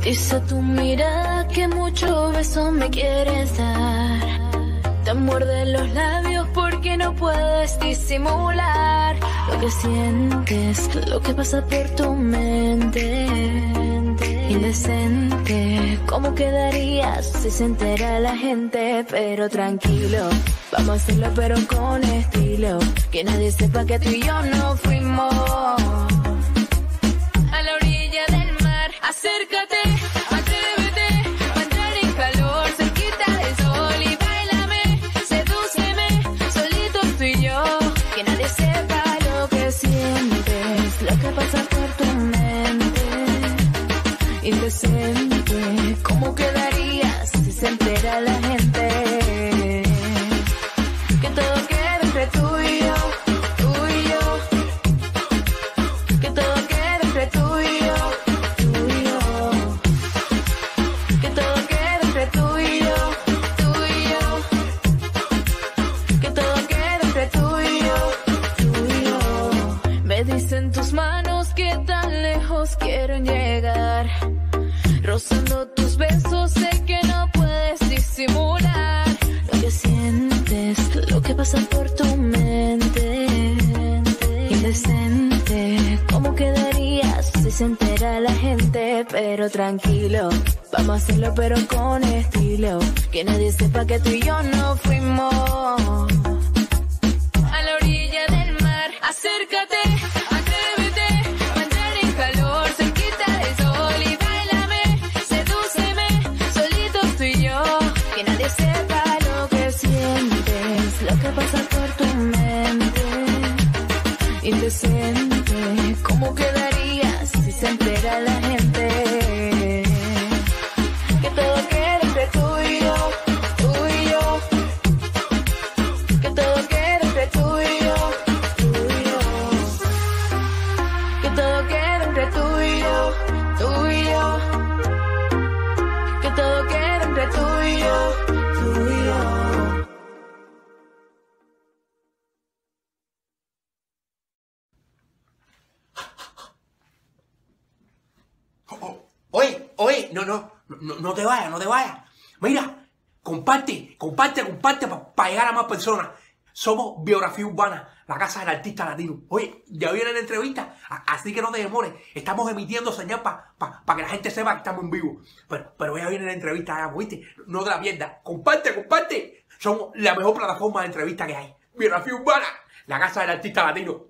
Dice tu mirada que mucho beso me quieres dar. Te muerde los labios porque no puedes disimular lo que sientes, lo que pasa por tu mente. Indecente, ¿cómo quedarías si se entera la gente? Pero tranquilo, vamos a hacerlo pero con estilo. Que nadie sepa que tú y yo no fuimos a la orilla del mar. Acércate, atrévete a entrar en calor, cerquita del sol y báilame, sedúceme, solitos tú y yo. Que nadie sepa lo que sientes, lo que pasa por tu mente. Indecente, ¿cómo quedarías si se entera la gente? Que todo quede entre tú y yo, tú y yo. Que todo quede entre tú y yo, tú y yo. Que todo quede entre tú y yo, tú y yo. Que todo quede entre tú y yo, tú y yo. Me dicen tus manos que tan lejos quieren llegar. Rozando tus besos, sé que no puedes disimular lo que sientes, lo que pasa por tu mente. Indecente, ¿cómo quedarías si se entera la gente? Pero tranquilo, vamos a hacerlo pero con estilo. Que nadie sepa que tú y yo no fuimos a la orilla del mar. Acércate, atrévete a entrar en calor, cerquita del sol y báilame, sedúceme, solitos tú y yo. Que nadie sepa lo que sientes, lo que pasa por tu mente. Indecente, ¿cómo quedarías si se entera la gente? Que todo quede entre tú y yo, tú y yo. Que todo quede entre tú y yo, tú y yo. Que todo quede entre tú y yo, tú y yo. Que todo quede entre tú y yo, tú y yo. Oye, no te vayas, no te vayas. Mira, comparte para llegar a más personas. Somos Biografía Urbana, la casa del artista latino. Oye, ya viene la entrevista, así que no te demores. Estamos emitiendo señal para que la gente sepa que estamos en vivo. Pero ya viene la entrevista, ya, ¿viste? No te la pierdas. Comparte. Somos la mejor plataforma de entrevista que hay. Biografía Urbana, la casa del artista latino.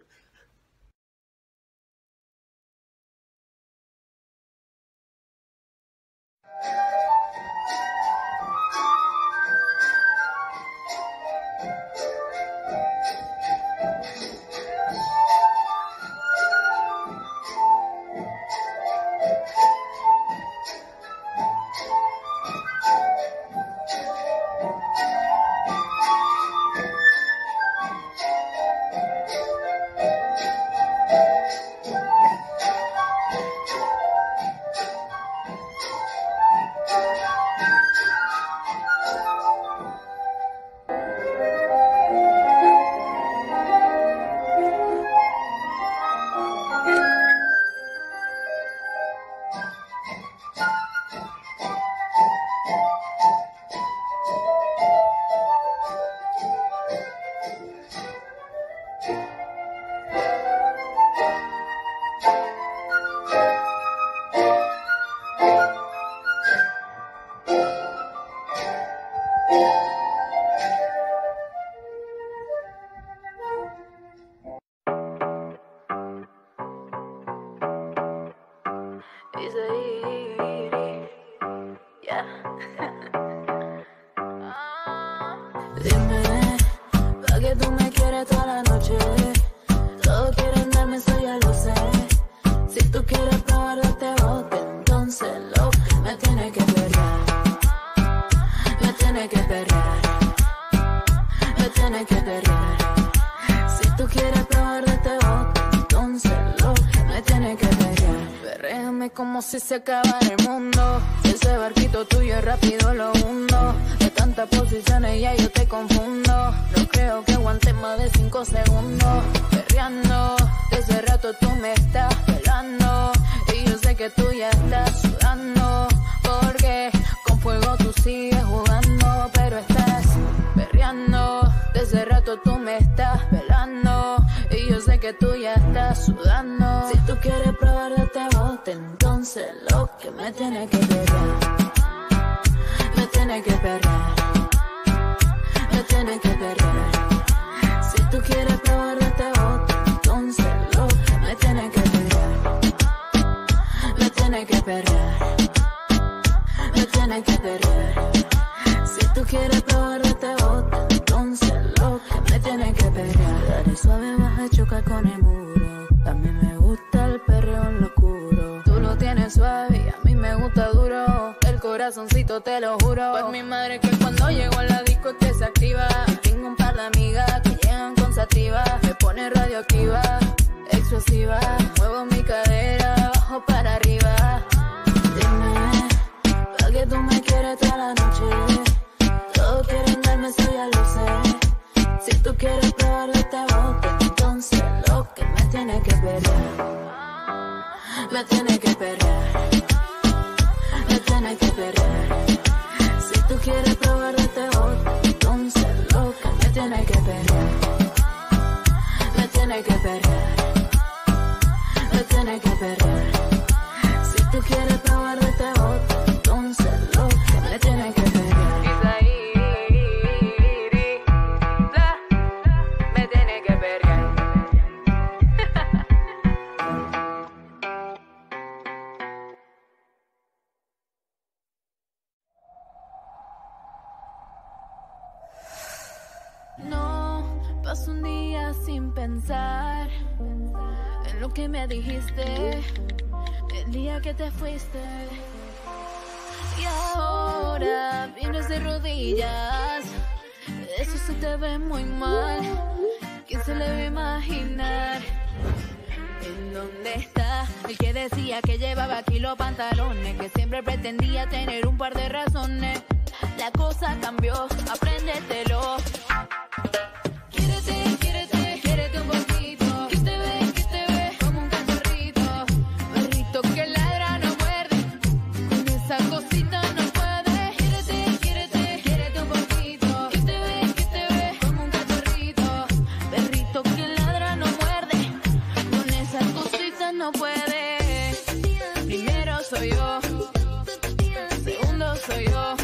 Dime, ¿pa' qué tú me quieres toda la noche? Todos quieren darme, eso ya lo sé. Si tú quieres probar de este bote, entonces lo que me tiene que perrear. Me tiene que perrear. Me tiene que perrear. Si tú quieres probar de este bote, entonces lo que me tiene que perrear. Perréame como si se acabara el mundo. Si ese barquito tuyo es rápido lo hundo. De tantas posiciones ya yo te confundo. No creo que aguante más de 5 segundos. Perreando, desde rato tú me estás pelando. Y yo sé que tú ya estás sudando. me tienes que perrear. Me tienes que perrear. Me tienes que perrear. Si tú quieres probar de este bote, entonces loca, me tienes que perrear. Me tienes que perrear. Me tienes que perrear. Si tú quieres probar de este bote, entonces loca, me tienes que perrear. Dale suave, vas a chocar con el muro. A mí me gusta el perreo en lo oscuro. Tú lo tienes suave y a mí me gusta duro. El corazoncito te lo juro. Pues mi madre que cuando llego a la disco te se activa. Tengo un par de amigas que llegan con sativa. Me pone radioactiva, explosiva. Muevo mi cadera, abajo para arriba. Dime, ¿pa' qué tú me quieres toda la noche? Todos quieren darme, eso ya lo sé. Si tú quieres probar de este bote, entonces lo que me tienes que perrear. Me tienes que perrear. Me tienes que perrear. Si tú quieres probar de este bote, entonces lo que me tienes que perrear. Me tienes que perrear. Me tienes que perrear. Si tú quieres probar de este bote, entonces lo que me tienes que perrear. Me tienes que perrear. No paso un día sin pensar en lo que me dijiste el día que te fuiste. Y ahora vienes de rodillas, eso se te ve muy mal. ¿Quién se le va a imaginar? ¿En dónde está el que decía que llevaba aquí los pantalones? Que siempre pretendía tener un par de razones. La cosa cambió, apréndetelo. Quiérete, quiérete, quiérete un poquito. Que te ve como un cachorrito. Perrito que ladra no muerde. Con esa cosita no puede. Quiérete, quiérete, quiérete un poquito. Que te ve como un cachorrito. Perrito que ladra no muerde. Con esa cosita no puede. Primero soy yo. Segundo soy yo.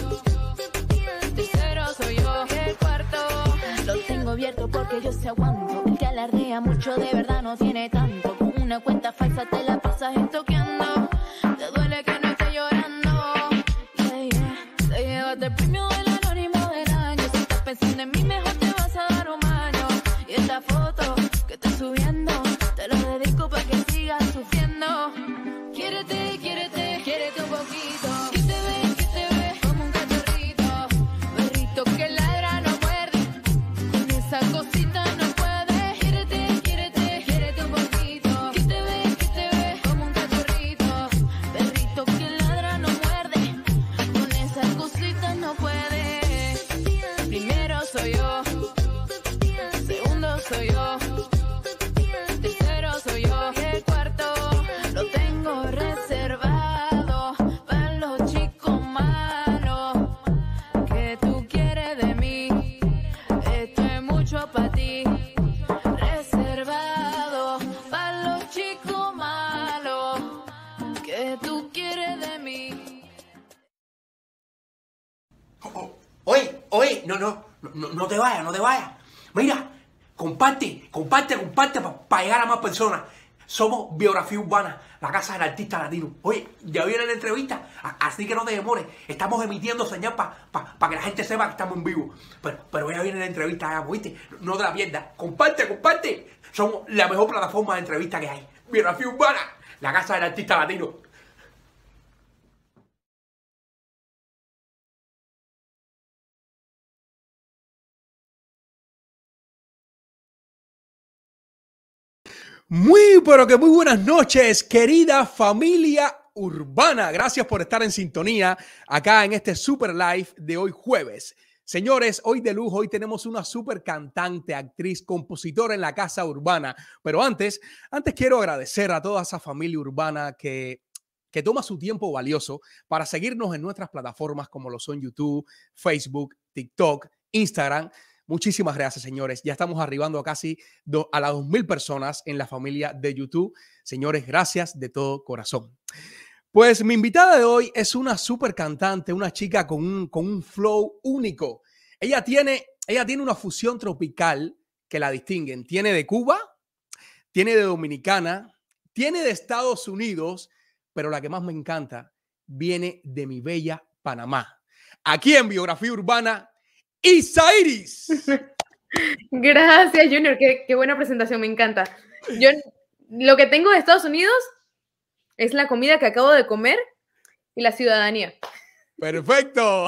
Tercero soy yo. El cuarto lo tengo abierto porque yo se aguanto. El que alardea mucho de verdad no tiene tanto. Con una cuenta falsa te la pasas estoqueando. Te duele que no esté llorando. Yeah, yeah. Te llevaste el premio del anónimo del año. Si estás pensando en mí mejor te vas a dar un baño. Y esta foto que estás subiendo te lo dedico para que sigas sufriendo. Quiérete, quiérete, quiérete un poquito. Que te ve como un cachorrito. Perrito que ladra no muerde. Con esa cosita no puede. Quiérete, quiérete, quiérete un poquito. Que te ve como un cachorrito. Perrito que ladra no muerde. Con esa cosita no puede. Primero soy yo. Segundo soy yo. Tercero soy yo. Y el cuarto lo tengo reservado para los chicos malos. Que tú quieres de mí, esto es mucho para ti. Reservado para los chicos malos. Que tú quieres de mí. Oye, no te vayas, no te vayas. Mira, comparte para llegar a más personas. Somos Biografía Urbana, la casa del artista latino. Oye, ya viene la entrevista, así que no te demores. Estamos emitiendo señal para que la gente sepa que estamos en vivo. Pero ya viene la entrevista, ya, ¿viste? No te la pierdas. Comparte. Somos la mejor plataforma de entrevista que hay. Biografía Urbana, la casa del artista latino. Pero que muy buenas noches, querida familia urbana. Gracias por estar en sintonía acá en este super live de hoy jueves. Señores, hoy de lujo, hoy tenemos una super cantante, actriz, compositora en la casa urbana. Pero antes quiero agradecer a toda esa familia urbana que toma su tiempo valioso para seguirnos en nuestras plataformas como lo son YouTube, Facebook, TikTok, Instagram. Muchísimas gracias, señores. Ya estamos arribando a casi a las 2,000 personas en la familia de YouTube. Señores, gracias de todo corazón. Pues mi invitada de hoy es una super cantante, una chica con un flow único. Ella tiene una fusión tropical que la distinguen. Tiene de Cuba, tiene de Dominicana, tiene de Estados Unidos, pero la que más me encanta viene de mi bella Panamá. Aquí en Biografía Urbana, Isairis. Gracias, Junior. Qué buena presentación, me encanta. Yo lo que tengo de Estados Unidos es la comida que acabo de comer y la ciudadanía. Perfecto.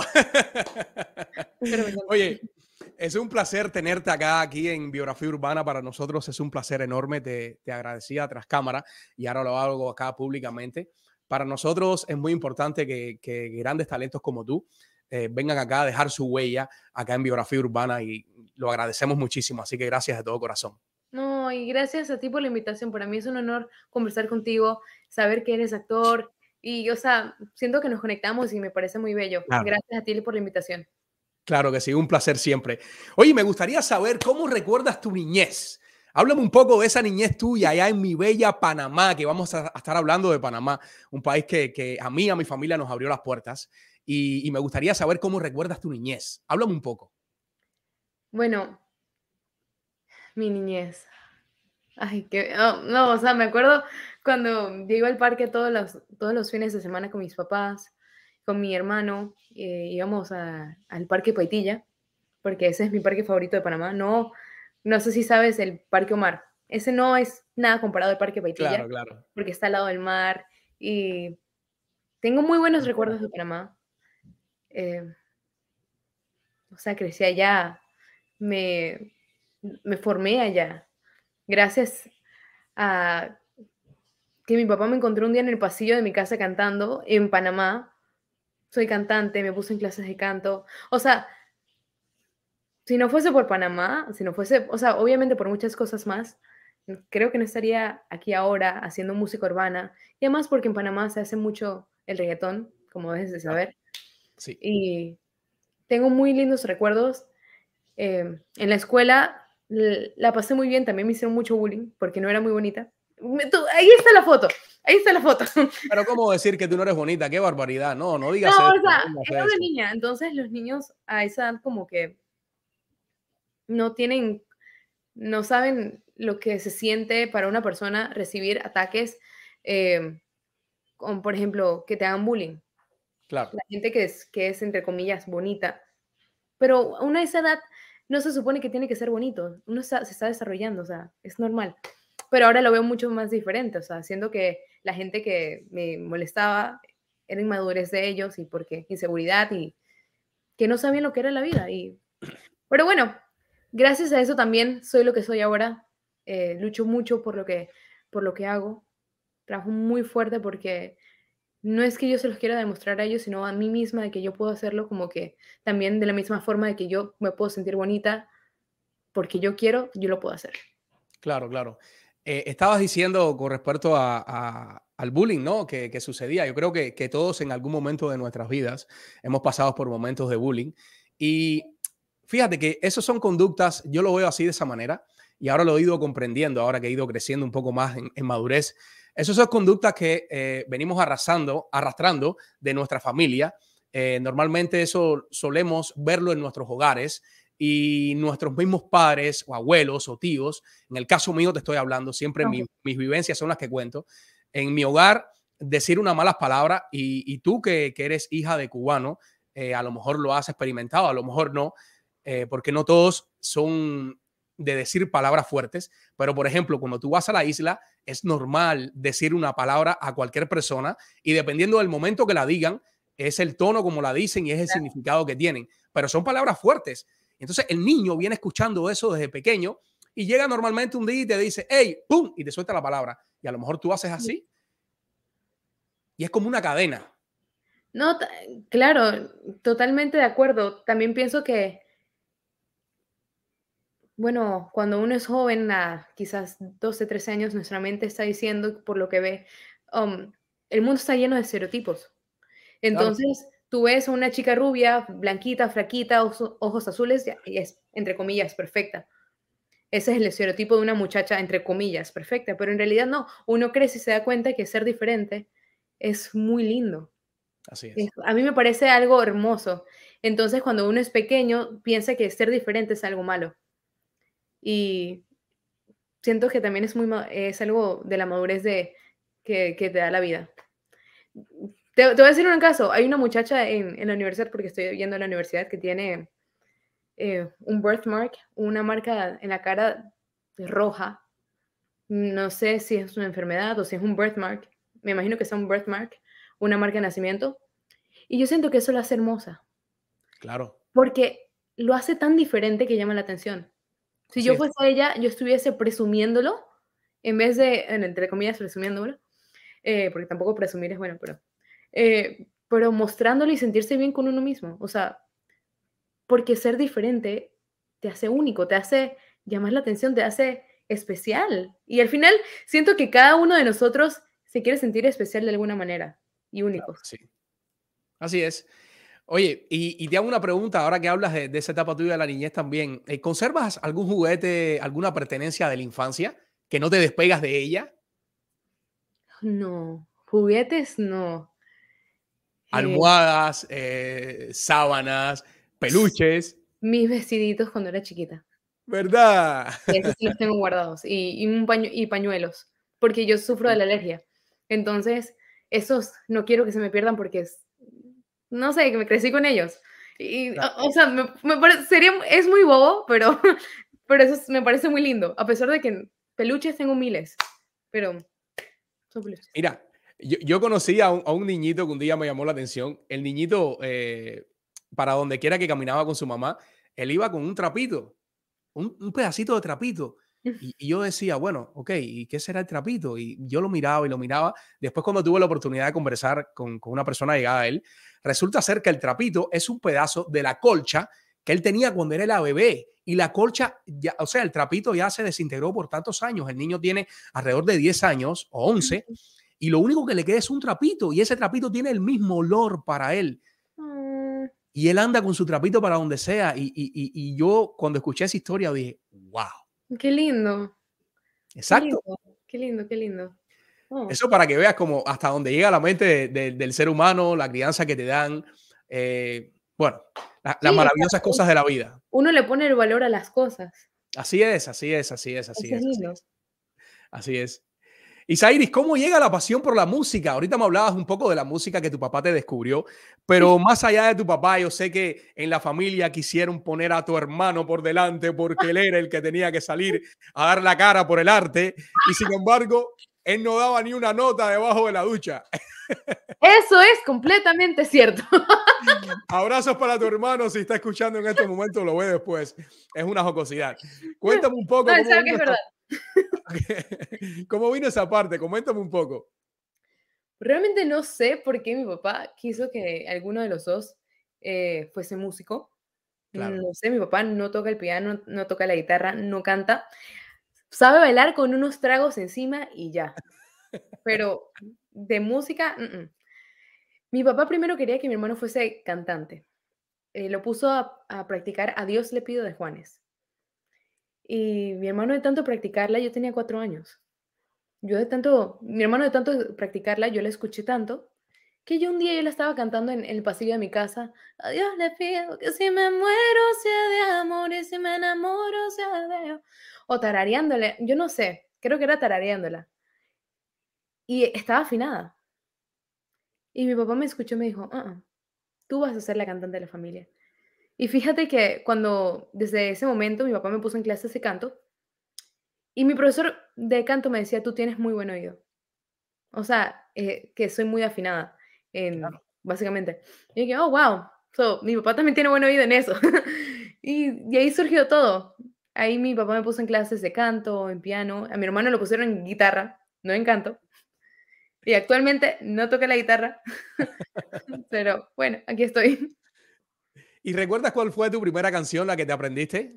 Oye, es un placer tenerte aquí en Biografía Urbana. Para nosotros es un placer enorme. Te agradecía tras cámara y ahora lo hago acá públicamente. Para nosotros es muy importante que grandes talentos como tú vengan acá a dejar su huella acá en Biografía Urbana y lo agradecemos muchísimo. Así que gracias de todo corazón. No, y gracias a ti por la invitación. Para mí es un honor conversar contigo, saber que eres actor y, o sea, siento que nos conectamos y me parece muy bello. Claro. Gracias a ti por la invitación. Claro que sí, un placer siempre. Oye, me gustaría saber cómo recuerdas tu niñez. Háblame un poco de esa niñez tuya allá en mi bella Panamá, que vamos a estar hablando de Panamá, un país que a mí y a mi familia nos abrió las puertas. Y me gustaría saber cómo recuerdas tu niñez. Háblame un poco. Bueno, mi niñez. Ay, no, o sea, me acuerdo cuando llego al parque todos los fines de semana con mis papás, con mi hermano, íbamos al Parque Paitilla, porque ese es mi parque favorito de Panamá. No, no sé si sabes el Parque Omar. Ese no es nada comparado al Parque Paitilla, Claro, claro. porque está al lado del mar y tengo muy buenos recuerdos de Panamá. O sea, crecí allá, me formé allá. Gracias a que mi papá me encontró un día en el pasillo de mi casa cantando en Panamá. Soy cantante, me puse en clases de canto. O sea, si no fuese por Panamá, si no fuese, o sea, obviamente por muchas cosas más, creo que no estaría aquí ahora haciendo música urbana. Y además porque en Panamá se hace mucho el reggaetón, como debes de saber. Sí. Y tengo muy lindos recuerdos. En la escuela la pasé muy bien, también me hicieron mucho bullying porque no era muy bonita. Ahí está la foto, ahí está la foto. Pero ¿cómo decir que tú no eres bonita? ¡Qué barbaridad! No, no digas No, eso. o sea, No digas era una eso. niña, entonces los niños a esa edad como que no tienen, no saben lo que se siente para una persona recibir ataques, como por ejemplo, que te hagan bullying. Claro. La gente que es entre comillas bonita, pero a una esa edad no se supone que tiene que ser bonito, uno se está desarrollando, o sea, es normal. Pero ahora lo veo mucho más diferente, o sea, siendo que la gente que me molestaba era inmadurez de ellos y porque inseguridad y que no sabían lo que era la vida. Pero bueno, gracias a eso también soy lo que soy ahora. Lucho mucho por lo que hago. Trabajo muy fuerte porque no es que yo se los quiera demostrar a ellos, sino a mí misma de que yo puedo hacerlo como que también de la misma forma de que yo me puedo sentir bonita porque yo quiero, yo lo puedo hacer. Claro, claro. Estabas diciendo con respecto al bullying, ¿no? Que sucedía. Yo creo que todos en algún momento de nuestras vidas hemos pasado por momentos de bullying. Y fíjate que esas son conductas, yo lo veo así de esa manera, y ahora lo he ido comprendiendo, ahora que he ido creciendo un poco más en madurez. Esas son conductas que venimos arrastrando de nuestra familia. Normalmente eso solemos verlo en nuestros hogares y nuestros mismos padres o abuelos o tíos, en el caso mío te estoy hablando, siempre mis vivencias son las que cuento. En mi hogar, decir unas malas palabras y tú que eres hija de cubano, a lo mejor lo has experimentado, a lo mejor no, porque no todos son de decir palabras fuertes, pero por ejemplo, cuando tú vas a la isla, es normal decir una palabra a cualquier persona y dependiendo del momento que la digan, es el tono como la dicen y es el significado que tienen, pero son palabras fuertes. Entonces el niño viene escuchando eso desde pequeño y llega normalmente un día y te dice, hey, ¡pum! Y te suelta la palabra. Y a lo mejor tú haces así y es como una cadena. No, claro, totalmente de acuerdo. También pienso que, bueno, cuando uno es joven, a quizás 12, 13 años, nuestra mente está diciendo, por lo que ve, el mundo está lleno de estereotipos. Claro. Entonces, tú ves a una chica rubia, blanquita, flaquita, ojos azules, y es, entre comillas, perfecta. Ese es el estereotipo de una muchacha, entre comillas, perfecta, pero en realidad no. Uno crece y se da cuenta que ser diferente es muy lindo. Así es. A mí me parece algo hermoso. Entonces, cuando uno es pequeño, piensa que ser diferente es algo malo. Y siento que también es algo de la madurez que te da la vida. Te voy a decir un caso. Hay una muchacha en la universidad, porque estoy yendo a la universidad, que tiene un birthmark, una marca en la cara roja. No sé si es una enfermedad o si es un birthmark. Me imagino que es un birthmark, una marca de nacimiento. Y yo siento que eso la hace hermosa, Claro. porque lo hace tan diferente que llama la atención. Si Así yo es. fuese ella, yo estuviese presumiéndolo, en vez de, entre comillas, presumiéndolo, porque tampoco presumir es bueno, pero mostrándolo y sentirse bien con uno mismo. O sea, porque ser diferente te hace único, te hace llamar la atención, te hace especial. Y al final siento que cada uno de nosotros se quiere sentir especial de alguna manera y Claro únicos. que sí. Así es. Oye, y te hago una pregunta ahora que hablas de esa etapa tuya de la niñez también. ¿Conservas algún juguete, alguna pertenencia de la infancia que no te despegas de ella? No, juguetes no. Eh, Almohadas, sábanas, peluches, mis vestiditos cuando era chiquita. ¿verdad? Y esos sí los tengo guardados. Y pañuelos, porque yo sufro de la alergia. Entonces, esos no quiero que se me pierdan porque no sé, que me crecí con ellos. Claro. O sea, es muy bobo, pero, pero me parece muy lindo. A pesar de que peluches tengo miles, pero son peluches. Mira, yo conocí a un niñito que un día me llamó la atención. El niñito, para donde quiera que caminaba con su mamá, él iba con un trapito, un pedacito de trapito. Y yo decía, bueno, ok, ¿y qué será el trapito? Y yo lo miraba y lo miraba. Después, cuando tuve la oportunidad de conversar con una persona llegada a él, resulta ser que el trapito es un pedazo de la colcha que él tenía cuando era bebé. Y la colcha, ya, o sea, el trapito ya se desintegró por tantos años. El niño tiene alrededor de 10 años o 11 y lo único que le queda es un trapito y ese trapito tiene el mismo olor para él. Mm, Y él anda con su trapito para donde sea. Y yo cuando escuché esa historia dije, wow, qué lindo, qué lindo, exacto. qué lindo, qué lindo. Oh, Eso para que veas como hasta dónde llega la mente del ser humano, la crianza que te dan. Bueno, las sí, o maravillosas sea, cosas de la vida. uno le pone el valor a las cosas. Así es, así es, así es, así Eso es es, así lindo. es. Así es. Isairis, ¿cómo llega la pasión por la música? Ahorita me hablabas un poco de la música que tu papá te descubrió, pero más allá de tu papá, yo sé que en la familia quisieron poner a tu hermano por delante porque él era el que tenía que salir a dar la cara por el arte y sin embargo, él no daba ni una nota debajo de la ducha. Eso es completamente cierto. Abrazos para tu hermano, si está escuchando en estos momentos, lo ve después. Es una jocosidad. Cuéntame un poco No, él cómo sabe que vino es verdad. cómo vino esa parte, coméntame un poco. Realmente no sé por qué mi papá quiso que alguno de los dos fuese músico. Claro. No sé, mi papá no toca el piano, no toca la guitarra, no canta. Sabe bailar con unos tragos encima y ya. Pero de música, Mi papá primero quería que mi hermano fuese cantante. Lo puso a practicar A Dios le pido de Juanes. Y mi hermano de tanto practicarla, yo tenía 4 años. Mi hermano de tanto practicarla, yo la escuché tanto, que yo un día yo la estaba cantando en el pasillo de mi casa. A Dios le pido que si me muero sea de amor y si me enamoro sea de Dios. O tarareándole, yo no sé, creo que era tarareándola. Y estaba afinada. Y mi papá me escuchó y me dijo, tú vas a ser la cantante de la familia. Y fíjate que desde ese momento, mi papá me puso en clases de canto y mi profesor de canto me decía, tú tienes muy buen oído. O sea, que soy muy afinada, básicamente. Y yo dije, oh, wow. So, mi papá también tiene buen oído en eso. y ahí surgió todo. Ahí mi papá me puso en clases de canto, en piano. A mi hermano lo pusieron en guitarra, no en canto. Y actualmente no toca la guitarra. Pero bueno, aquí estoy. ¿Y recuerdas cuál fue tu primera canción, la que te aprendiste?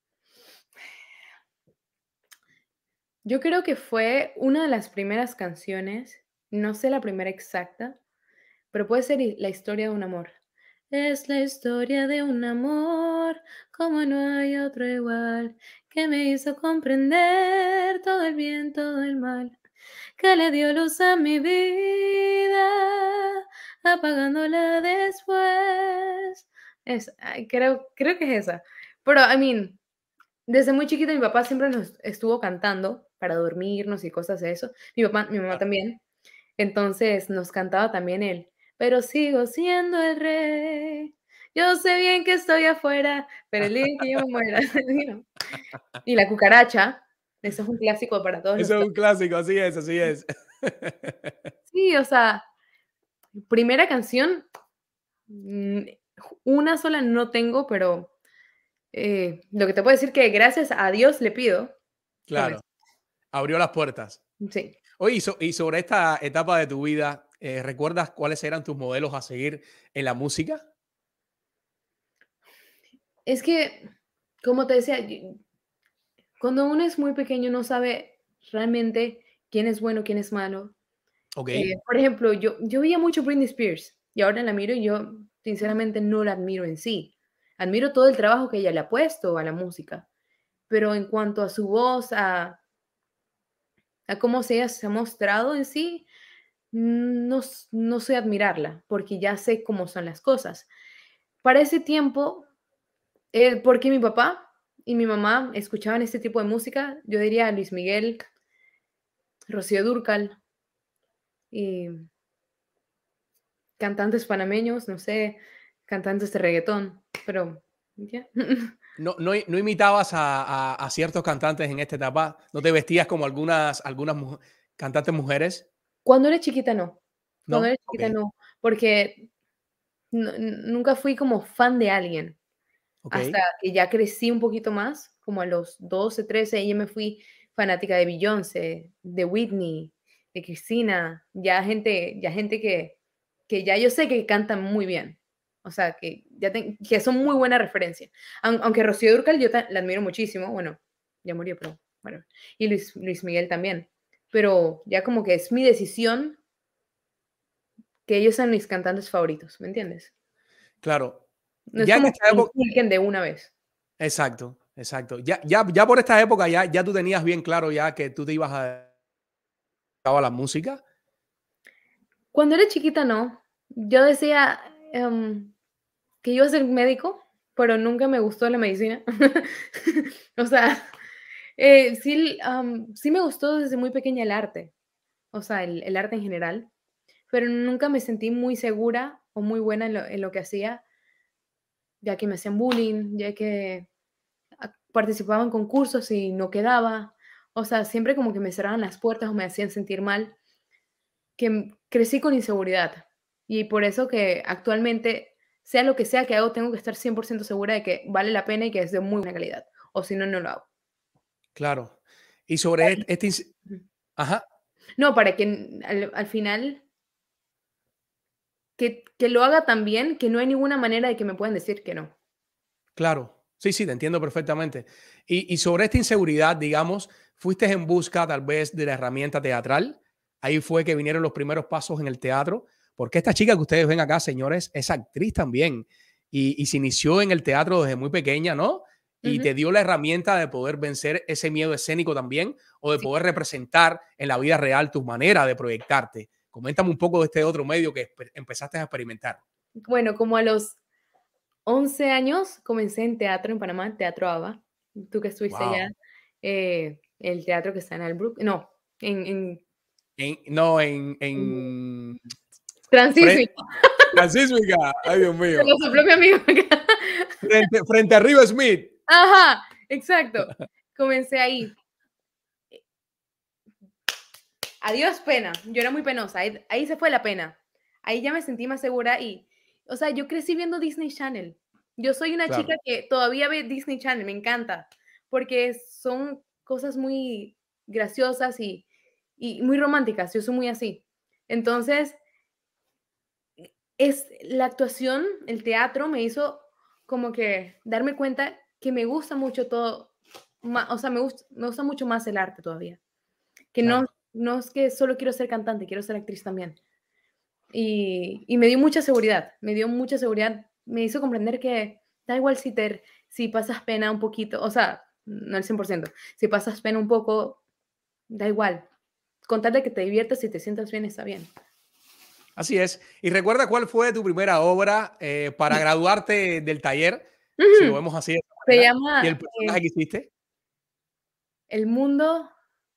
Yo creo que fue una de las primeras canciones, no sé la primera exacta, pero puede ser la historia de un amor. Es la historia de un amor, como no hay otro igual, que me hizo comprender todo el bien, todo el mal, que le dio luz a mi vida, apagándola después. Creo que es esa. Pero, I mean, desde muy chiquita mi papá siempre nos estuvo cantando para dormirnos y cosas de eso. Mi mamá también. Entonces nos cantaba también él. Pero sigo siendo el rey. Yo sé bien que estoy afuera, pero el día en que yo me muera. You know. Y la cucaracha, eso es un clásico para todos los Eso es un clásico, así es, así es. Sí, o sea, primera canción, mm, una sola no tengo, pero lo que te puedo decir que gracias a Dios le pido con Claro, eso. abrió las puertas. Sí. Oye, y sobre esta etapa de tu vida, ¿recuerdas cuáles eran tus modelos a seguir en la música? Es que, como te decía, cuando uno es muy pequeño no sabe realmente quién es bueno, quién es malo. Ok, Por ejemplo, yo veía mucho Britney Spears y ahora la miro y yo sinceramente no la admiro en sí. Admiro todo el trabajo que ella le ha puesto a la música, pero en cuanto a su voz, a cómo ella se ha mostrado en sí, no sé admirarla, porque ya sé cómo son las cosas. Para ese tiempo, porque mi papá y mi mamá escuchaban este tipo de música, yo diría Luis Miguel, Rocío Dúrcal y cantantes panameños, no sé, cantantes de reggaetón, pero ya. no imitabas a ciertos cantantes en esta etapa, no te vestías como algunas cantantes mujeres, Cuando era chiquita no, cuando ¿no? era Ok, chiquita no, porque nunca fui como fan de alguien. ok, Hasta que ya crecí un poquito más, como a los 12, 13, ya me fui fanática de Beyoncé, de Whitney, de Christina, ya gente que ya yo sé que cantan muy bien. O sea, que son muy buena referencia. Aunque Rocío Dúrcal la admiro muchísimo, bueno, ya murió, pero bueno. Y Luis Miguel también. Pero ya como que es mi decisión que ellos sean mis cantantes favoritos, ¿me entiendes? claro. No es Ya en como que esta me época, inculquen de una vez. exacto, exacto. Ya por esta época ya tú tenías bien claro ya que tú te ibas a la música. Cuando era chiquita, no. Yo decía que iba a ser médico, pero nunca me gustó la medicina. O sea, sí me gustó desde muy pequeña el arte, o sea, el arte en general, pero nunca me sentí muy segura o muy buena en lo que hacía, ya que me hacían bullying, ya que participaba en concursos y no quedaba. O sea, siempre como que me cerraban las puertas o me hacían sentir mal, que crecí con inseguridad. Y por eso que actualmente, sea lo que sea que hago, tengo que estar 100% segura de que vale la pena y que es de muy buena calidad. O si no, no lo hago. Claro. Y sobre Ujú. ajá, No, para que al final, que lo haga tan bien que no hay ninguna manera de que me puedan decir que no. claro. Sí, sí, te entiendo perfectamente. Y sobre esta inseguridad, digamos, fuiste en busca tal vez de la herramienta teatral. Ahí fue que vinieron los primeros pasos en el teatro, porque esta chica que ustedes ven acá, señores, es actriz también y se inició en el teatro desde muy pequeña, ¿no? Y Ujú. te dio la herramienta de poder vencer ese miedo escénico también o de Sí. poder representar en la vida real tu manera de proyectarte. Coméntame un poco de este otro medio que empezaste a experimentar. Bueno, como a los 11 años comencé en teatro en Panamá, Teatro ABA. Tú que estuviste allá, Wow. el teatro que está en Albrook, no, en No, en en Transísmico. Transísmica. Ay, Dios Se mío. lo sopló mi amigo acá. Frente a River Smith. Ajá, exacto. Comencé ahí. Adiós pena. Yo era muy penosa. Ahí se fue la pena. Ahí ya me sentí más segura o sea, yo crecí viendo Disney Channel. Yo soy una chica Claro, que todavía ve Disney Channel, me encanta, porque son cosas muy graciosas y muy románticas. Yo soy muy así. Entonces, es la actuación, el teatro me hizo como que darme cuenta que me gusta mucho todo, o sea, me gusta mucho más el arte todavía, que claro, no es que solo quiero ser cantante, quiero ser actriz también. Y me dio mucha seguridad, me hizo comprender que da igual si pasas pena un poquito, o sea, no al 100%, si pasas pena un poco, da igual, con tal de que te diviertas y te sientas bien, está bien. Así es. Y recuerda cuál fue tu primera obra para graduarte del taller, si lo vemos así de esta Se manera. llama ¿Y el personaje que hiciste? El mundo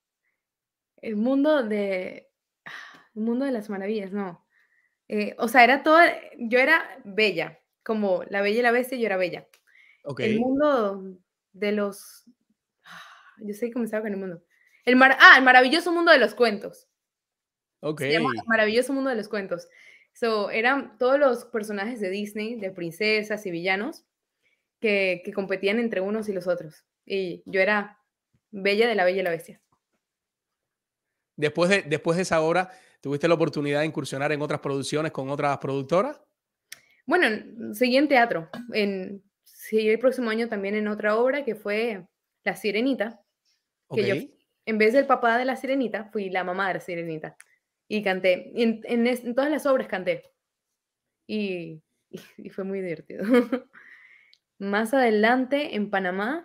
de... El mundo de las maravillas, no. O sea, era todo, yo era bella, como la Bella y la Bestia, yo era bella. Ok, El mundo de los... Yo sé que comenzaba con el mundo. El maravilloso mundo de los cuentos. ok. Se llama El maravilloso mundo de los cuentos. Eran todos los personajes de Disney, de princesas y villanos, que competían entre unos y los otros. Y yo era Bella de la Bella y la Bestia. Después de esa obra, ¿tuviste la oportunidad de incursionar en otras producciones con otras productoras? Bueno, seguí en teatro. Seguí el próximo año también en otra obra que fue La Sirenita. Que Ok. yo, en vez del papá de la Sirenita, fui la mamá de la Sirenita. Y canté. Y en todas las obras canté. Y fue muy divertido. Más adelante, en Panamá,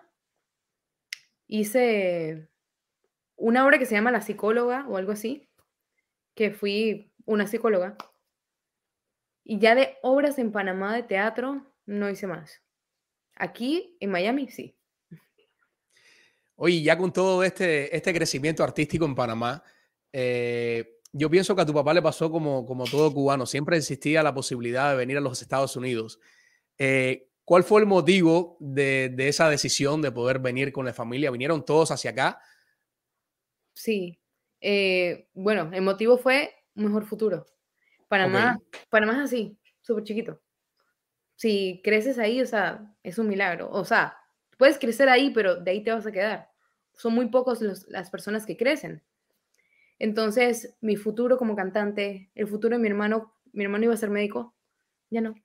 hice una obra que se llama La Psicóloga o algo así, que fui una psicóloga. Y ya de obras en Panamá de teatro, no hice más. Aquí, en Miami, sí. Oye, ya con todo este crecimiento artístico en Panamá, yo pienso que a tu papá le pasó como todo cubano. Siempre existía la posibilidad de venir a los Estados Unidos. ¿Cuál fue el motivo de esa decisión de poder venir con la familia? ¿Vinieron todos hacia acá? Sí. Bueno, el motivo fue un mejor futuro. Panamá es así, súper chiquito. Si creces ahí, o sea, es un milagro. O sea, puedes crecer ahí, pero de ahí te vas a quedar. Son muy pocos las personas que crecen. Entonces, mi futuro como cantante, el futuro de mi hermano iba a ser médico, ya no.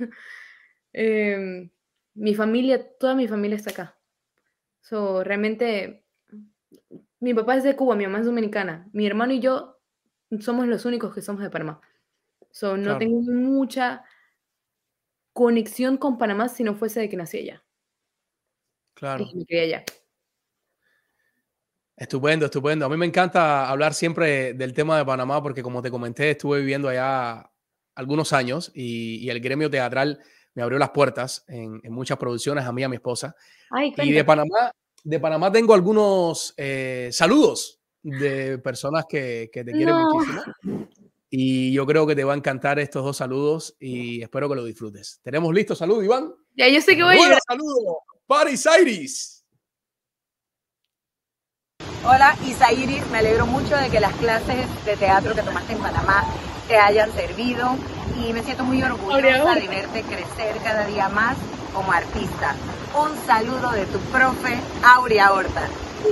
Mi familia, toda mi familia está acá. Realmente, mi papá es de Cuba, mi mamá es dominicana. Mi hermano y yo somos los únicos que somos de Panamá. No Claro, tengo mucha conexión con Panamá si no fuese de que nací allá claro. y me crié allá. Estupendo, estupendo. A mí me encanta hablar siempre del tema de Panamá porque, como te comenté, estuve viviendo allá algunos años y el gremio teatral me abrió las puertas en muchas producciones, a mí y a mi esposa. Ay, Y de Panamá tengo algunos saludos de personas que te quieren no. muchísimo. Y yo creo que te va a encantar estos dos saludos y espero que lo disfrutes. ¿Tenemos listo? Salud, Iván. Ya, yo sé que voy a llorar. Saludos. Paris Iris. Hola, Isairis, me alegro mucho de que las clases de teatro que tomaste en Panamá te hayan servido y me siento muy orgullosa de verte crecer cada día más como artista. Un saludo de tu profe, Aurea Horta.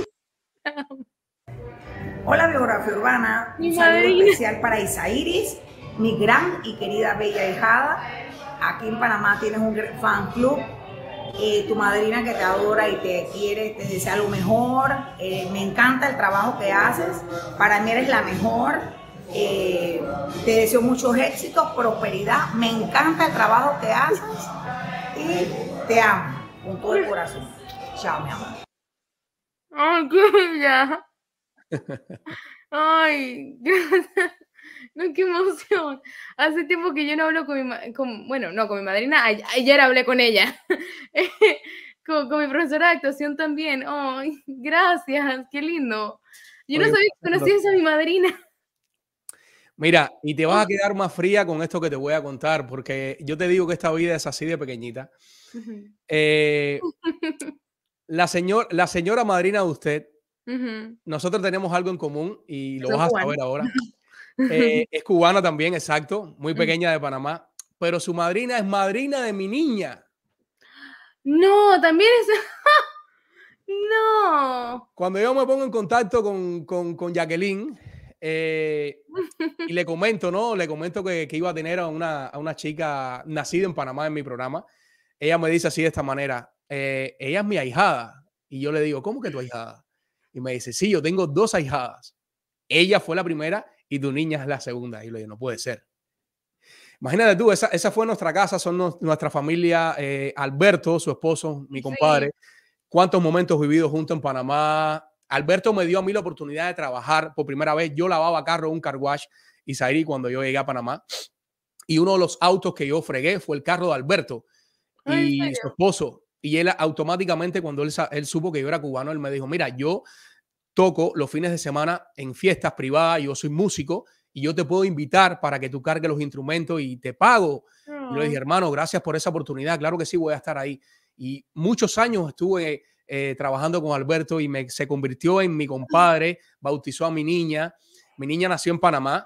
Hola, Biografía Urbana. Un saludo especial para Isairis, mi gran y querida bella hijada. Aquí en Panamá tienes un fan club. Tu madrina que te adora y te quiere, te desea lo mejor. Me encanta el trabajo que haces. Para mí eres la mejor. Te deseo muchos éxitos, prosperidad. Me encanta el trabajo que haces y te amo con todo el corazón. Chao, mi amor. Ay, qué bella. Ay, gracias. No, qué emoción. Hace tiempo que yo no hablo con mi madrina. Ayer hablé con ella. Con mi profesora de actuación también. Ay, gracias, qué lindo. Yo no sabía que conocías a mi madrina. Mira, y te vas a quedar más fría con esto que te voy a contar, porque yo te digo que esta vida es así de pequeñita. La señora madrina de usted, nosotros tenemos algo en común y lo vas a saber ahora. Es cubana también, exacto, muy pequeña de Panamá, pero su madrina es madrina de mi niña. No, también es... No. Cuando yo me pongo en contacto con Jacqueline y le comento, ¿no? Le comento que iba a tener a una chica nacida en Panamá en mi programa, ella me dice así de esta manera, ella es mi ahijada. Y yo le digo, ¿cómo que tu ahijada? Y me dice, sí, yo tengo 2 ahijadas. Ella fue la primera y tu niña es la segunda. Y yo le digo, no puede ser. Imagínate tú, esa fue nuestra casa, son nuestra familia, Alberto, su esposo, mi compadre. Sí. Cuántos momentos vividos juntos en Panamá. Alberto me dio a mí la oportunidad de trabajar por primera vez. Yo lavaba carro en un car wash, Isairi, cuando yo llegué a Panamá. Y uno de los autos que yo fregué fue el carro de Alberto y su esposo. Y él automáticamente, cuando él supo que yo era cubano, él me dijo, mira, yo toco los fines de semana en fiestas privadas, yo soy músico y yo te puedo invitar para que tú cargues los instrumentos y te pago. Y yo le dije, hermano, gracias por esa oportunidad. Claro que sí, voy a estar ahí. Y muchos años estuve trabajando con Alberto y se convirtió en mi compadre, bautizó a mi niña. Mi niña nació en Panamá.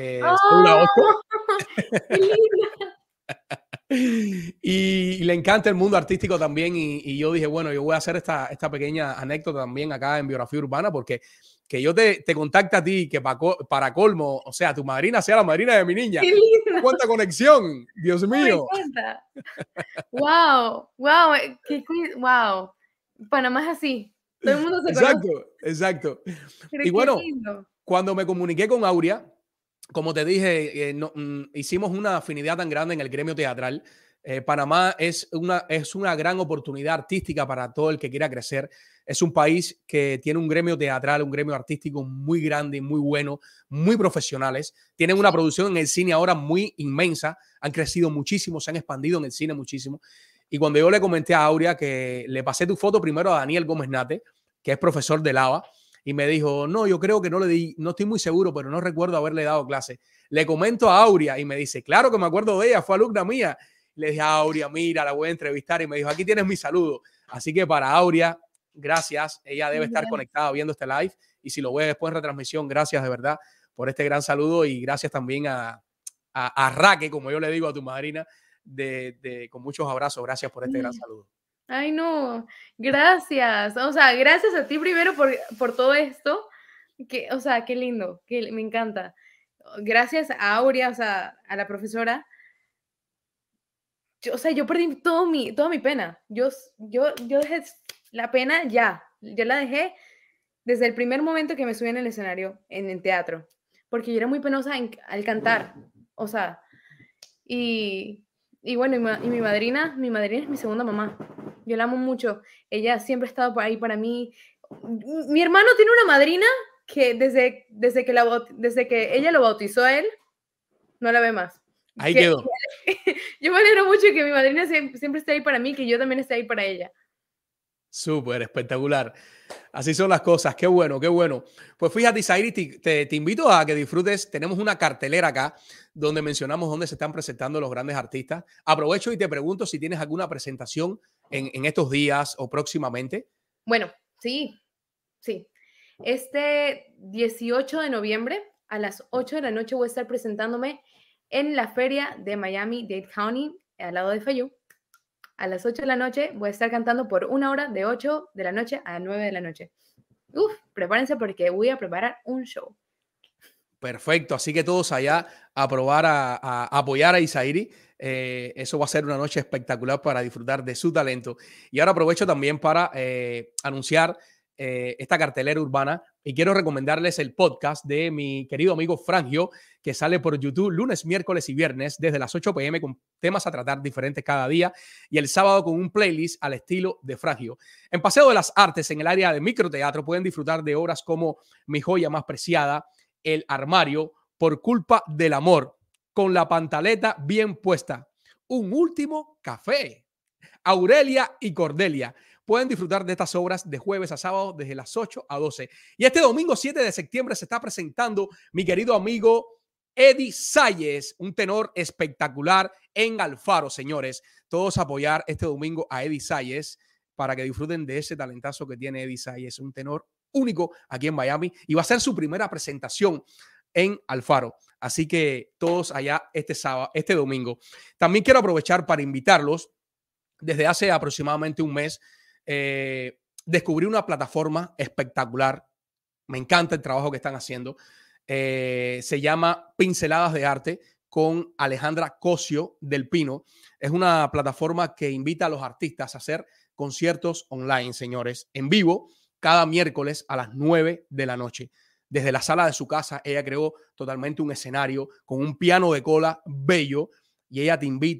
Y le encanta el mundo artístico también y yo dije, bueno, yo voy a hacer esta pequeña anécdota también acá en Biografía Urbana, porque que yo te contacte a ti, que para colmo, o sea, tu madrina sea la madrina de mi niña. ¿Cuánta conexión? Dios mío. Me encanta. Wow, wow. Panamá es así. Todo el mundo se conoce. Exacto. Pero y bueno, lindo. Cuando me comuniqué con Aurea, como te dije, hicimos una afinidad tan grande en el gremio teatral. Panamá es una gran oportunidad artística para todo el que quiera crecer. Es un país que tiene un gremio teatral, un gremio artístico muy grande, muy bueno, muy profesionales. Tienen una producción en el cine ahora muy inmensa. Han crecido muchísimo, se han expandido en el cine muchísimo. Y cuando yo le comenté a Aurea que le pasé tu foto primero a Daniel Gómez Nate, que es profesor de Lava, y me dijo, no, yo creo que no le di, no estoy muy seguro, pero no recuerdo haberle dado clase. Le comento a Aurea y me dice, claro que me acuerdo de ella, fue alumna mía. Le dije a Aurea, mira, la voy a entrevistar, y me dijo, aquí tienes mi saludo. Así que para Aurea, gracias. Ella debe estar conectada viendo este live, y si lo ve después en retransmisión, gracias de verdad por este gran saludo, y gracias también a Raque, como yo le digo a tu madrina, con muchos abrazos. Gracias por este gran saludo. Ay, no, gracias. O sea, gracias a ti primero por todo esto. O sea, qué lindo, que me encanta. Gracias a Aurea, o sea, a la profesora. Yo perdí toda mi pena. Yo dejé la pena ya. Yo la dejé desde el primer momento que me subí en el escenario, en el teatro. Porque yo era muy penosa al cantar. O sea, y bueno, y mi madrina es mi segunda mamá. Yo la amo mucho. Ella siempre ha estado ahí para mí. Mi hermano tiene una madrina que desde que ella lo bautizó a él, no la ve más. Ahí quedó. Yo me alegro mucho que mi madrina siempre esté ahí para mí, que yo también esté ahí para ella. Súper, espectacular. Así son las cosas. Qué bueno, qué bueno. Pues fíjate, Isairi, te invito a que disfrutes. Tenemos una cartelera acá donde mencionamos dónde se están presentando los grandes artistas. Aprovecho y te pregunto si tienes alguna presentación en estos días o próximamente. Bueno, sí. Este 18 de noviembre a las 8 de la noche voy a estar presentándome en la feria de Miami-Dade County, al lado de Fayú. A las 8 de la noche voy a estar cantando por 1 hora, de 8 de la noche a 9 de la noche. Prepárense porque voy a preparar un show. Perfecto, así que todos allá a probar a apoyar a Isairi. Eso va a ser una noche espectacular para disfrutar de su talento. Y ahora aprovecho también para anunciar esta cartelera urbana, y quiero recomendarles el podcast de mi querido amigo Frangio, que sale por YouTube lunes, miércoles y viernes desde las 8 p.m. con temas a tratar diferentes cada día, y el sábado con un playlist al estilo de Frangio. En Paseo de las Artes, en el área de microteatro, pueden disfrutar de obras como Mi joya más preciada, El armario, Por culpa del amor, Con la pantaleta bien puesta, Un último café, Aurelia y Cordelia. Pueden disfrutar de estas obras de jueves a sábado desde las 8 a 12. Y este domingo 7 de septiembre se está presentando mi querido amigo Eddie Salles, un tenor espectacular en Alfaro, señores. Todos apoyar este domingo a Eddie Salles para que disfruten de ese talentazo que tiene Eddie Salles, un tenor único aquí en Miami, y va a ser su primera presentación en Alfaro. Así que todos allá este domingo. También quiero aprovechar para invitarlos. Desde hace aproximadamente un mes descubrí una plataforma espectacular. Me encanta el trabajo que están haciendo. Se llama Pinceladas de Arte con Alejandra Cosio del Pino. Es una plataforma que invita a los artistas a hacer conciertos online, señores, en vivo, cada miércoles a las 9 de la noche. Desde la sala de su casa, ella creó totalmente un escenario con un piano de cola bello, y ella te invita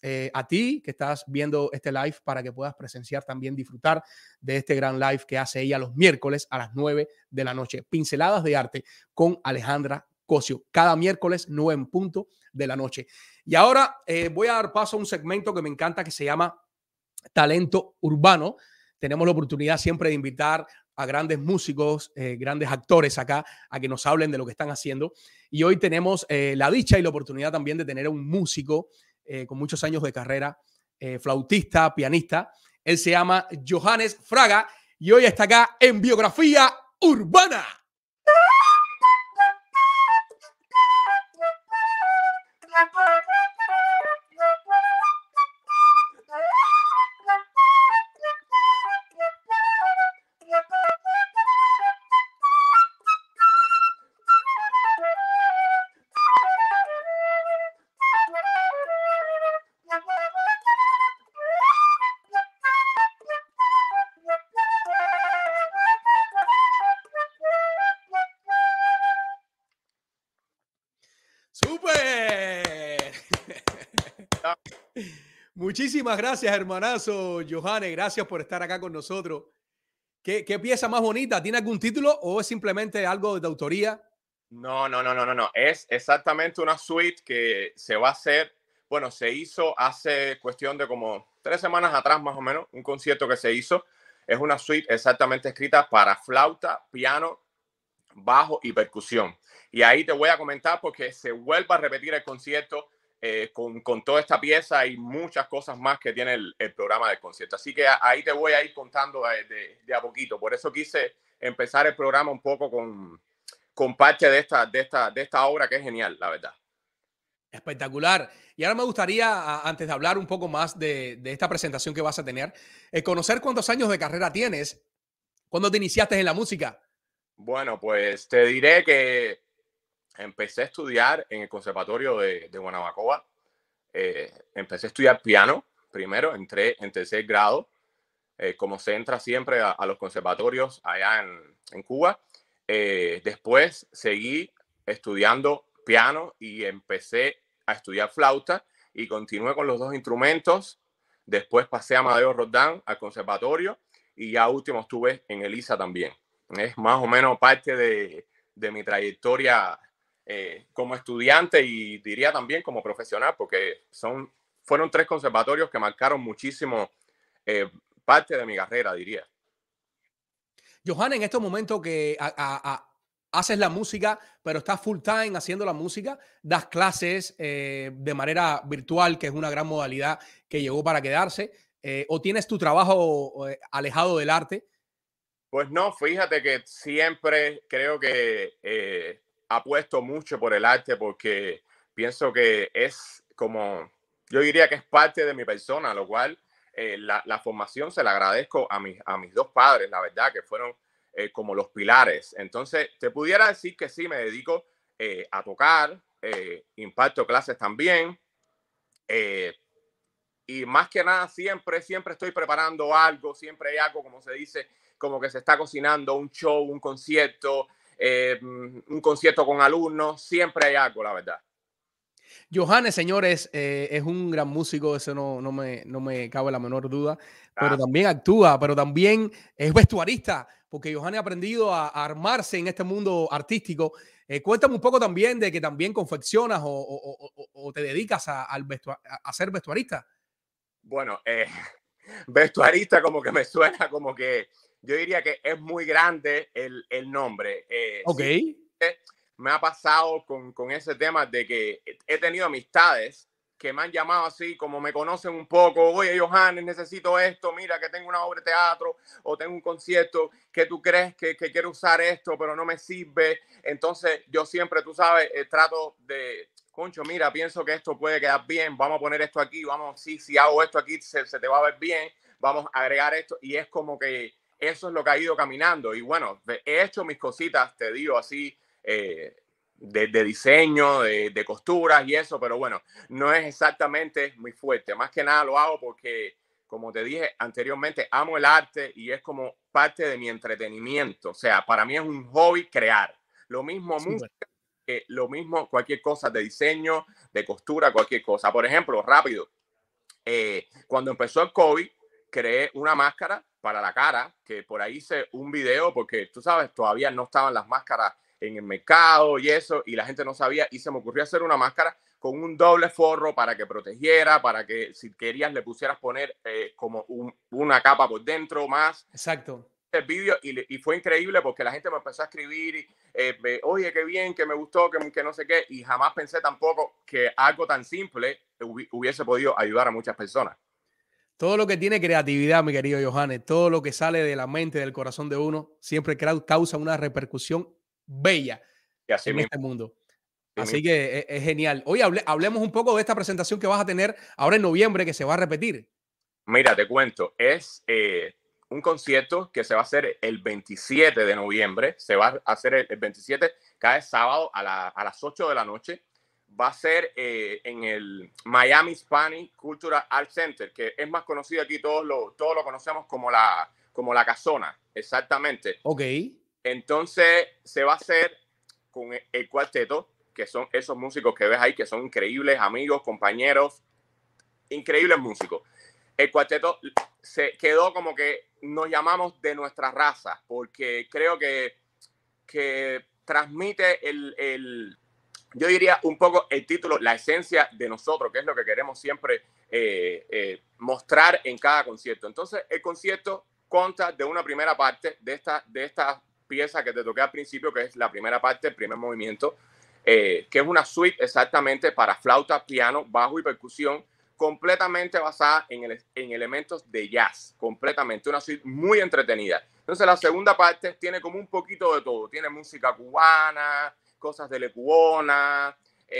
a ti que estás viendo este live para que puedas presenciar también, disfrutar de este gran live que hace ella los miércoles a las 9 de la noche. Pinceladas de arte con Alejandra Cosio. Cada miércoles 9 en punto de la noche. Y ahora voy a dar paso a un segmento que me encanta que se llama Talento Urbano. Tenemos la oportunidad siempre de invitar a grandes músicos, grandes actores acá a que nos hablen de lo que están haciendo. Y hoy tenemos la dicha y la oportunidad también de tener a un músico con muchos años de carrera, flautista, pianista. Él se llama Johannes Fraga y hoy está acá en Biografía Urbana. ¡Súper! Muchísimas gracias, hermanazo Johannes. Gracias por estar acá con nosotros. ¿Qué pieza más bonita? ¿Tiene algún título o es simplemente algo de autoría? No. Es exactamente una suite que se va a hacer. Bueno, se hizo hace cuestión de como 3 semanas atrás, más o menos, un concierto que se hizo. Es una suite exactamente escrita para flauta, piano, bajo y percusión. Y ahí te voy a comentar porque se vuelve a repetir el concierto con toda esta pieza y muchas cosas más que tiene el programa del concierto. Así que ahí te voy a ir contando de a poquito. Por eso quise empezar el programa un poco con parte de esta obra que es genial, la verdad. Espectacular. Y ahora me gustaría, antes de hablar un poco más de esta presentación que vas a tener, conocer cuántos años de carrera tienes, cuándo te iniciaste en la música. Bueno, pues te diré que empecé a estudiar en el Conservatorio de Guanabacoa. Empecé a estudiar piano primero, entré en 3er grado, como se entra siempre a los conservatorios allá en Cuba. Después seguí estudiando piano y empecé a estudiar flauta y continué con los 2 instrumentos. Después pasé a Amadeo Roldán al conservatorio y ya último estuve en Elisa también. Es más o menos parte de mi trayectoria como estudiante y diría también como profesional, porque fueron 3 conservatorios que marcaron muchísimo parte de mi carrera, diría. Johannes, en estos momentos que haces la música, pero estás full time haciendo la música, das clases de manera virtual, que es una gran modalidad que llegó para quedarse, o tienes tu trabajo alejado del arte. Pues no, fíjate que siempre creo que apuesto mucho por el arte porque pienso que es como, yo diría que es parte de mi persona, lo cual la formación se la agradezco a mis 2 padres, la verdad, que fueron como los pilares. Entonces, te pudiera decir que sí, me dedico a tocar, imparto clases también, y más que nada siempre estoy preparando algo, siempre hay algo, como se dice, como que se está cocinando un show, un concierto con alumnos, siempre hay algo, la verdad. Johannes, señores, es un gran músico, eso no me cabe la menor duda, pero también actúa, pero también es vestuarista, porque Johannes ha aprendido a armarse en este mundo artístico. Cuéntame un poco también de que también confeccionas o te dedicas a ser vestuarista. Bueno, vestuarista como que me suena como que yo diría que es muy grande el nombre. Ok. Sí, me ha pasado con ese tema de que he tenido amistades que me han llamado así, como me conocen un poco. Oye, Johannes, necesito esto. Mira, que tengo una obra de teatro o tengo un concierto que tú crees que quiero usar esto, pero no me sirve. Entonces, yo siempre, tú sabes, trato de, concho, mira, pienso que esto puede quedar bien. Vamos a poner esto aquí. Vamos, si hago esto aquí, se te va a ver bien. Vamos a agregar esto. Y es como que eso es lo que ha ido caminando. Y bueno, he hecho mis cositas, te digo así, de diseño, de costuras y eso, pero bueno, no es exactamente muy fuerte. Más que nada lo hago porque, como te dije anteriormente, amo el arte y es como parte de mi entretenimiento. O sea, para mí es un hobby crear. Lo mismo música, lo mismo cualquier cosa de diseño, de costura, cualquier cosa. Por ejemplo, rápido, Cuando empezó el COVID, creé una máscara para la cara, que por ahí hice un video, porque tú sabes, todavía no estaban las máscaras en el mercado y eso, y la gente no sabía, y se me ocurrió hacer una máscara con un doble forro para que protegiera, para que si querías le pusieras poner como una capa por dentro más. Exacto. El vídeo y fue increíble porque la gente me empezó a escribir oye, qué bien, que me gustó, que no sé qué, y jamás pensé tampoco que algo tan simple hubiese podido ayudar a muchas personas. Todo lo que tiene creatividad, mi querido Johannes, todo lo que sale de la mente, del corazón de uno, siempre causa una repercusión bella y así en mismo. este mundo. Así que es genial. Oye, hablemos un poco de esta presentación que vas a tener ahora en noviembre, que se va a repetir. Mira, te cuento, es un concierto que se va a hacer el 27 de noviembre. Se va a hacer el 27, cada sábado a las 8 de la noche. Va a ser en el Miami Hispanic Cultural Art Center, que es más conocido aquí, todos lo conocemos como la Casona, exactamente. Ok. Entonces se va a hacer con el cuarteto, que son esos músicos que ves ahí, que son increíbles amigos, compañeros, increíbles músicos. El cuarteto se quedó como que nos llamamos de nuestra raza, porque creo que transmite yo diría un poco el título, la esencia de nosotros, que es lo que queremos siempre mostrar en cada concierto. Entonces, el concierto consta de una primera parte de esta pieza que te toqué al principio, que es la primera parte, el primer movimiento, que es una suite exactamente para flauta, piano, bajo y percusión, completamente basada en elementos de jazz, completamente, una suite muy entretenida. Entonces, la segunda parte tiene como un poquito de todo, tiene música cubana, cosas de Lecuona,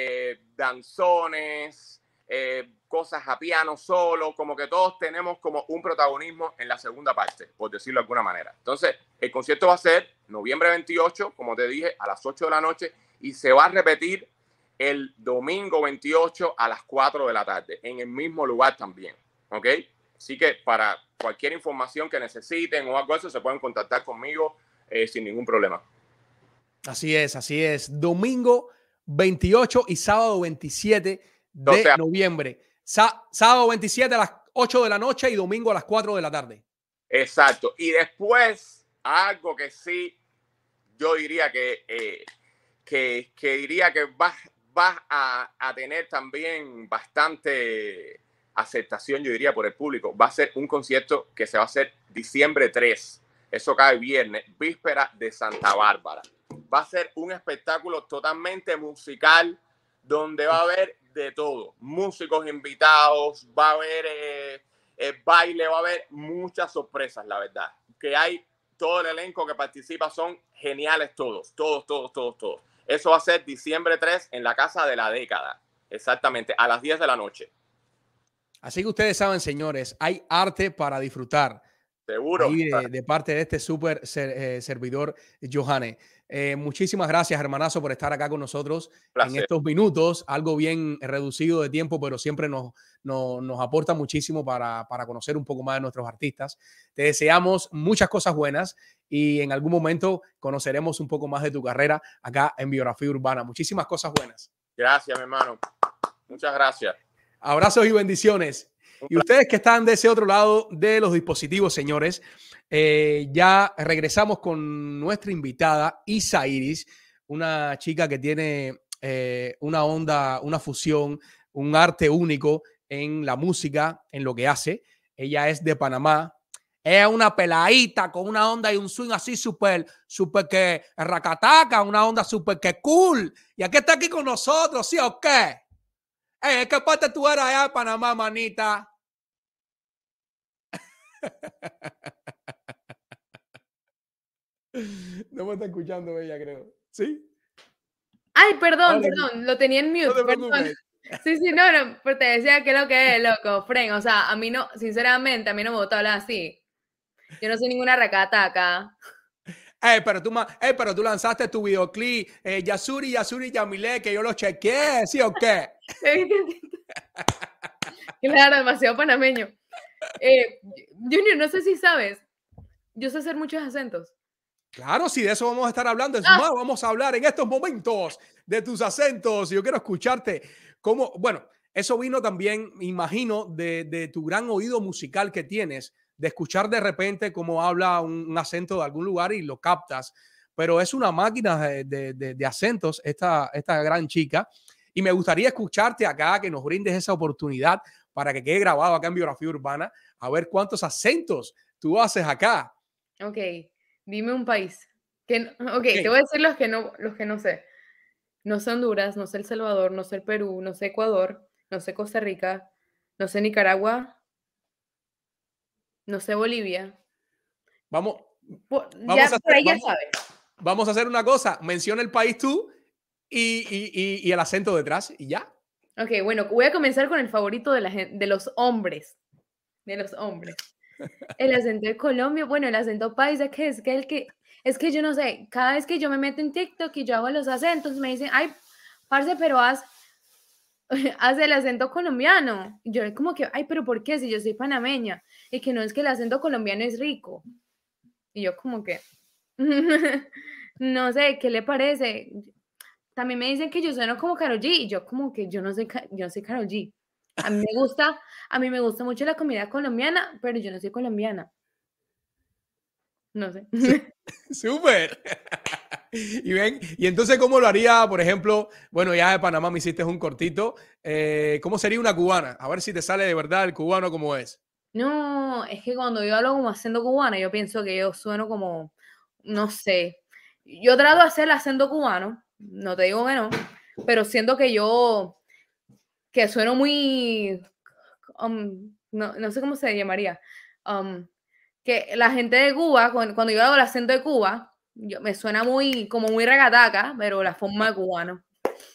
danzones, cosas a piano solo, como que todos tenemos como un protagonismo en la segunda parte, por decirlo de alguna manera. Entonces, el concierto va a ser noviembre 28, como te dije, a las 8 de la noche, y se va a repetir el domingo 28 a las 4 de la tarde, en el mismo lugar también, ¿ok? Así que para cualquier información que necesiten o algo de eso, se pueden contactar conmigo sin ningún problema. Así es, así es. Domingo 28 y sábado 27 de noviembre. Sábado 27 a las 8 de la noche y domingo a las 4 de la tarde. Exacto. Y después, algo que sí, yo diría que diría que vas a tener también bastante aceptación, yo diría, por el público. Va a ser un concierto que se va a hacer diciembre 3. Eso cae viernes, víspera de Santa Bárbara. Va a ser un espectáculo totalmente musical donde va a haber de todo. Músicos invitados, va a haber baile, va a haber muchas sorpresas, la verdad. Que hay todo el elenco que participa, son geniales todos. Eso va a ser diciembre 3 en la Casa de la Década. Exactamente, a las 10 de la noche. Así que ustedes saben, señores, hay arte para disfrutar. Seguro. De parte de este súper servidor, Johannes. Muchísimas gracias, hermanazo, por estar acá con nosotros en estos minutos. Algo bien reducido de tiempo, pero siempre nos aporta muchísimo para conocer un poco más de nuestros artistas. Te deseamos muchas cosas buenas y en algún momento conoceremos un poco más de tu carrera acá en Biografía Urbana. Muchísimas cosas buenas. Gracias, mi hermano. Muchas gracias. Abrazos y bendiciones. Y ustedes que están de ese otro lado de los dispositivos, señores, ya regresamos con nuestra invitada, Isairis, una chica que tiene una onda, una fusión, un arte único en la música, en lo que hace. Ella es de Panamá. Es una peladita con una onda y un swing así súper que racataca, una onda súper que cool. Y aquí está aquí con nosotros, ¿sí o qué? ¿Qué parte tú eras allá de Panamá, manita? No me está escuchando ella, creo. ¿Sí? Ay, perdón, lo tenía en mute. No te preocupes. Sí, no, pues te decía que lo que es, loco, Fren. O sea, a mí no, sinceramente, a mí no me gusta hablar así. Yo no soy ninguna racataca. Pero tú lanzaste tu videoclip, Yasuri, Yamile, que yo lo chequeé, ¿sí o qué? Claro, demasiado panameño. Junior, no sé si sabes, yo sé hacer muchos acentos. Claro, sí, de eso vamos a estar hablando. Es más, vamos a hablar en estos momentos de tus acentos. Yo quiero escucharte cómo, bueno, eso vino también, me imagino, de tu gran oído musical que tienes, de escuchar de repente cómo habla un acento de algún lugar y lo captas. Pero es una máquina de acentos esta gran chica. Y me gustaría escucharte acá, que nos brindes esa oportunidad para que quede grabado acá en Biografía Urbana, a ver cuántos acentos tú haces acá. Ok, dime un país. Ok, Okay. te voy a decir los que no sé. No sé Honduras, no sé El Salvador, no sé el Perú, no sé Ecuador, no sé Costa Rica, no sé Nicaragua, no sé Bolivia. Vamos, Por, vamos a por hacer, ahí ya sabes. vamos a hacer una cosa. Menciona el país tú y el acento detrás y ya. Ok, bueno, voy a comenzar con el favorito de, de los hombres. De los hombres. El acento de Colombia, bueno, el acento paisa, que es que es que yo no sé, cada vez que yo me meto en TikTok y yo hago los acentos, me dicen, ay, parce, pero haz el acento colombiano. Y yo como que, ay, pero ¿por qué? Si yo soy panameña. Y que no es que el acento colombiano es rico. Y yo como que, no sé, ¿qué le parece? También me dicen que yo sueno como Karol G. Y yo como que yo no soy Karol G. A mí me gusta mucho la comida colombiana, pero yo no soy colombiana. No sé. Súper. Y ven, y entonces, ¿cómo lo haría, por ejemplo? Bueno, ya de Panamá me hiciste un cortito. ¿Cómo sería una cubana? A ver si te sale de verdad el cubano como es. No, es que cuando yo hablo como acento cubano, yo pienso que yo sueno como, no sé. Yo trato de hacer el acento cubano, no te digo que no, pero siento que sueno muy, no sé cómo se llamaría. Que la gente de Cuba, cuando yo hago el acento de Cuba, me suena como muy ragataca, pero la forma de cubano.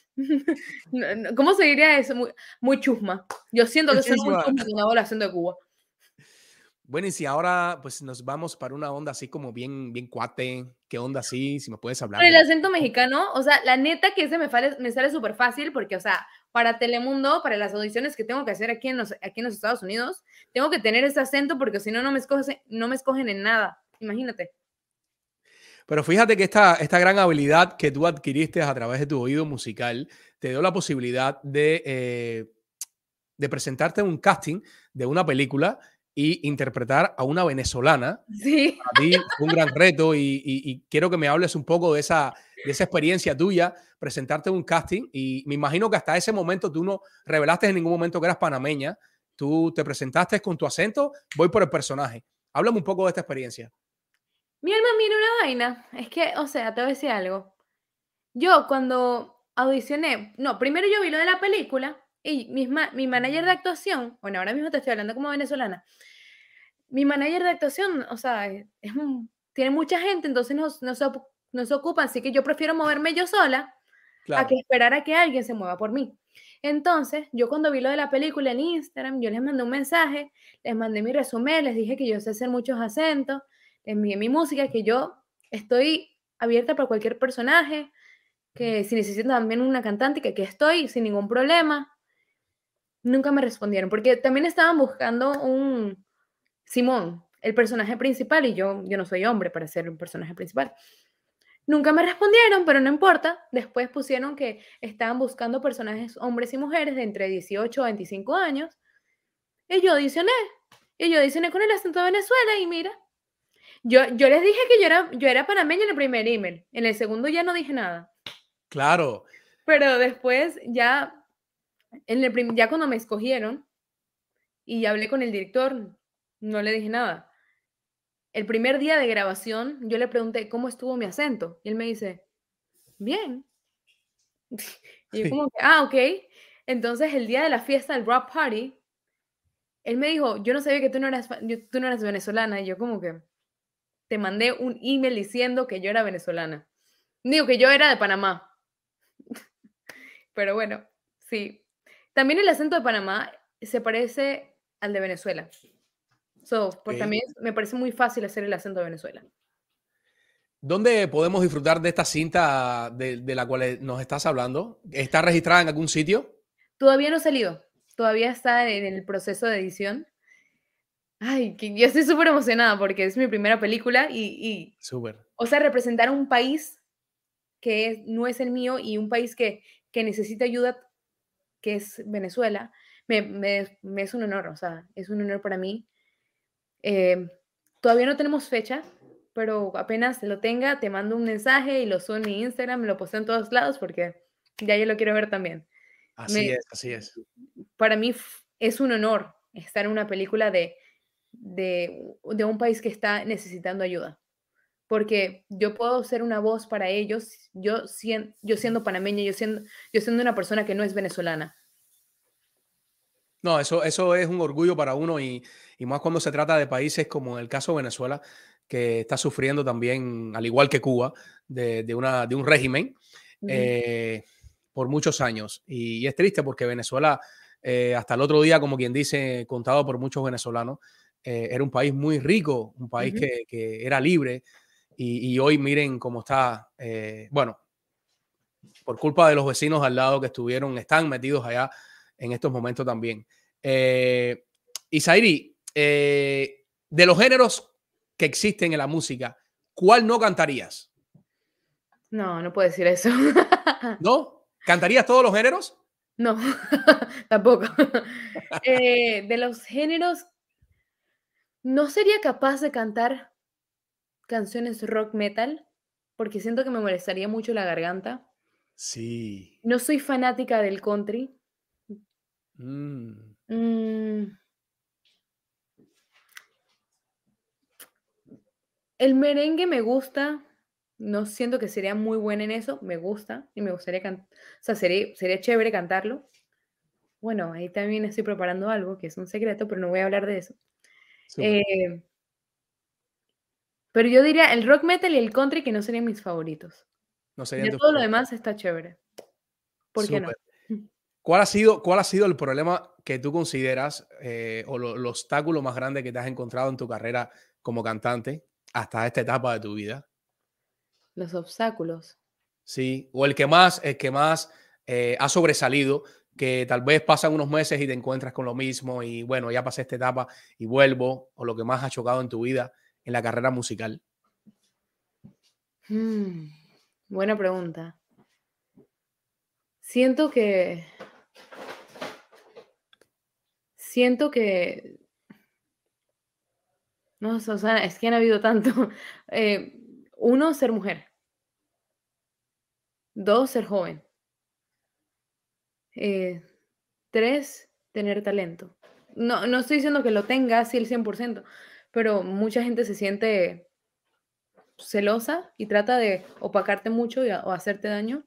¿Cómo se diría eso? Muy chusma. Yo siento que suena muy Muchísimas. chusma cuando hago el acento de Cuba. Bueno, y si ahora pues nos vamos para una onda así como bien cuate, ¿qué onda así? Si me puedes hablar Con el de... acento mexicano, o sea, la neta que ese me sale súper fácil porque, o sea, para Telemundo, para las audiciones que tengo que hacer aquí en los Estados Unidos, tengo que tener ese acento porque si no, no me escogen en nada. Imagínate. Pero fíjate que esta gran habilidad que tú adquiriste a través de tu oído musical te dio la posibilidad de presentarte en un casting de una película y interpretar a una venezolana. Sí. Para ti fue un gran reto y quiero que me hables un poco de esa experiencia tuya, presentarte en un casting y me imagino que hasta ese momento tú no revelaste en ningún momento que eras panameña, tú te presentaste con tu acento, voy por el personaje. Háblame un poco de esta experiencia. Mi alma, mira una vaina. Es que, o sea, te voy a decir algo. Yo cuando audicioné, no, primero yo vi lo de la película y mi manager de actuación, bueno, ahora mismo te estoy hablando como venezolana, mi manager de actuación, o sea, tiene mucha gente, entonces no se ocupa, así que yo prefiero moverme yo sola a que Claro. esperar a que alguien se mueva por mí. Entonces, yo cuando vi lo de la película en Instagram, yo les mandé un mensaje, les mandé mi resumen, les dije que yo sé hacer muchos acentos, les envié mi música, que yo estoy abierta para cualquier personaje, que si necesitan también una cantante, que aquí estoy sin ningún problema. Nunca me respondieron, porque también estaban buscando un Simón, el personaje principal, y yo no soy hombre para ser un personaje principal. Nunca me respondieron, pero no importa. Después pusieron que estaban buscando personajes hombres y mujeres de entre 18 a 25 años. Y yo audicioné. Y yo audicioné con el acento de Venezuela y mira, yo les dije que yo era panameña en el primer email. En el segundo ya no dije nada. Claro. Pero después ya, ya cuando me escogieron y hablé con el director, no le dije nada. El primer día de grabación, yo le pregunté cómo estuvo mi acento. Y él me dice, bien. Y yo como que, ok. Entonces, el día de la fiesta del Rap Party, él me dijo, yo no sabía que tú no eras venezolana. Y yo como que, te mandé un email diciendo que yo era venezolana. Digo que yo era de Panamá. Pero bueno, sí. También el acento de Panamá se parece al de Venezuela. Pues también me parece muy fácil hacer el acento de Venezuela. ¿Dónde podemos disfrutar de esta cinta de la cual nos estás hablando? ¿Está registrada en algún sitio? Todavía no ha salido. Todavía está en el proceso de edición. Ay, que yo estoy súper emocionada porque es mi primera película Súper. O sea, representar un país que no es el mío y un país que necesita ayuda, que es Venezuela, me es un honor, o sea, es un honor para mí. Todavía no tenemos fecha, pero apenas lo tenga, te mando un mensaje y lo subo en mi Instagram, lo posteo en todos lados porque ya yo lo quiero ver también. Así es, así es. Para mí es un honor estar en una película de un país que está necesitando ayuda, porque yo puedo ser una voz para ellos, yo siendo panameña, yo siendo una persona que no es venezolana. No, eso es un orgullo para uno y más cuando se trata de países como en el caso de Venezuela, que está sufriendo también, al igual que Cuba, de un régimen por muchos años. Y es triste porque Venezuela, hasta el otro día, como quien dice, contado por muchos venezolanos, era un país muy rico, un país que era libre y hoy miren cómo está, bueno, por culpa de los vecinos al lado que están metidos allá en estos momentos también. Isairi, de los géneros que existen en la música, ¿cuál no cantarías? No puedo decir eso. ¿No? ¿Cantarías todos los géneros? No, tampoco. De los géneros, no sería capaz de cantar canciones rock metal porque siento que me molestaría mucho la garganta. Sí. No soy fanática del country. El merengue me gusta. No siento que sería muy buena en eso. Me gusta y me gustaría cantar. O sea, sería chévere cantarlo. Bueno, ahí también estoy preparando algo que es un secreto, pero no voy a hablar de eso. Pero yo diría el rock metal y el country que no serían mis favoritos. No serían tus todo lo favoritos. demás está chévere. ¿Por qué no? ¿Cuál ha sido el problema que tú consideras o el obstáculo más grande que te has encontrado en tu carrera como cantante hasta esta etapa de tu vida? Los obstáculos. Sí, o el que más ha sobresalido, que tal vez pasan unos meses y te encuentras con lo mismo y bueno, ya pasé esta etapa y vuelvo, o lo que más ha chocado en tu vida en la carrera musical. Buena pregunta. Siento que no, o sea, es que han habido tanto. 1, ser mujer. 2, ser joven. 3, tener talento. No estoy diciendo que lo tenga así el 100%, pero mucha gente se siente celosa y trata de opacarte mucho o hacerte daño.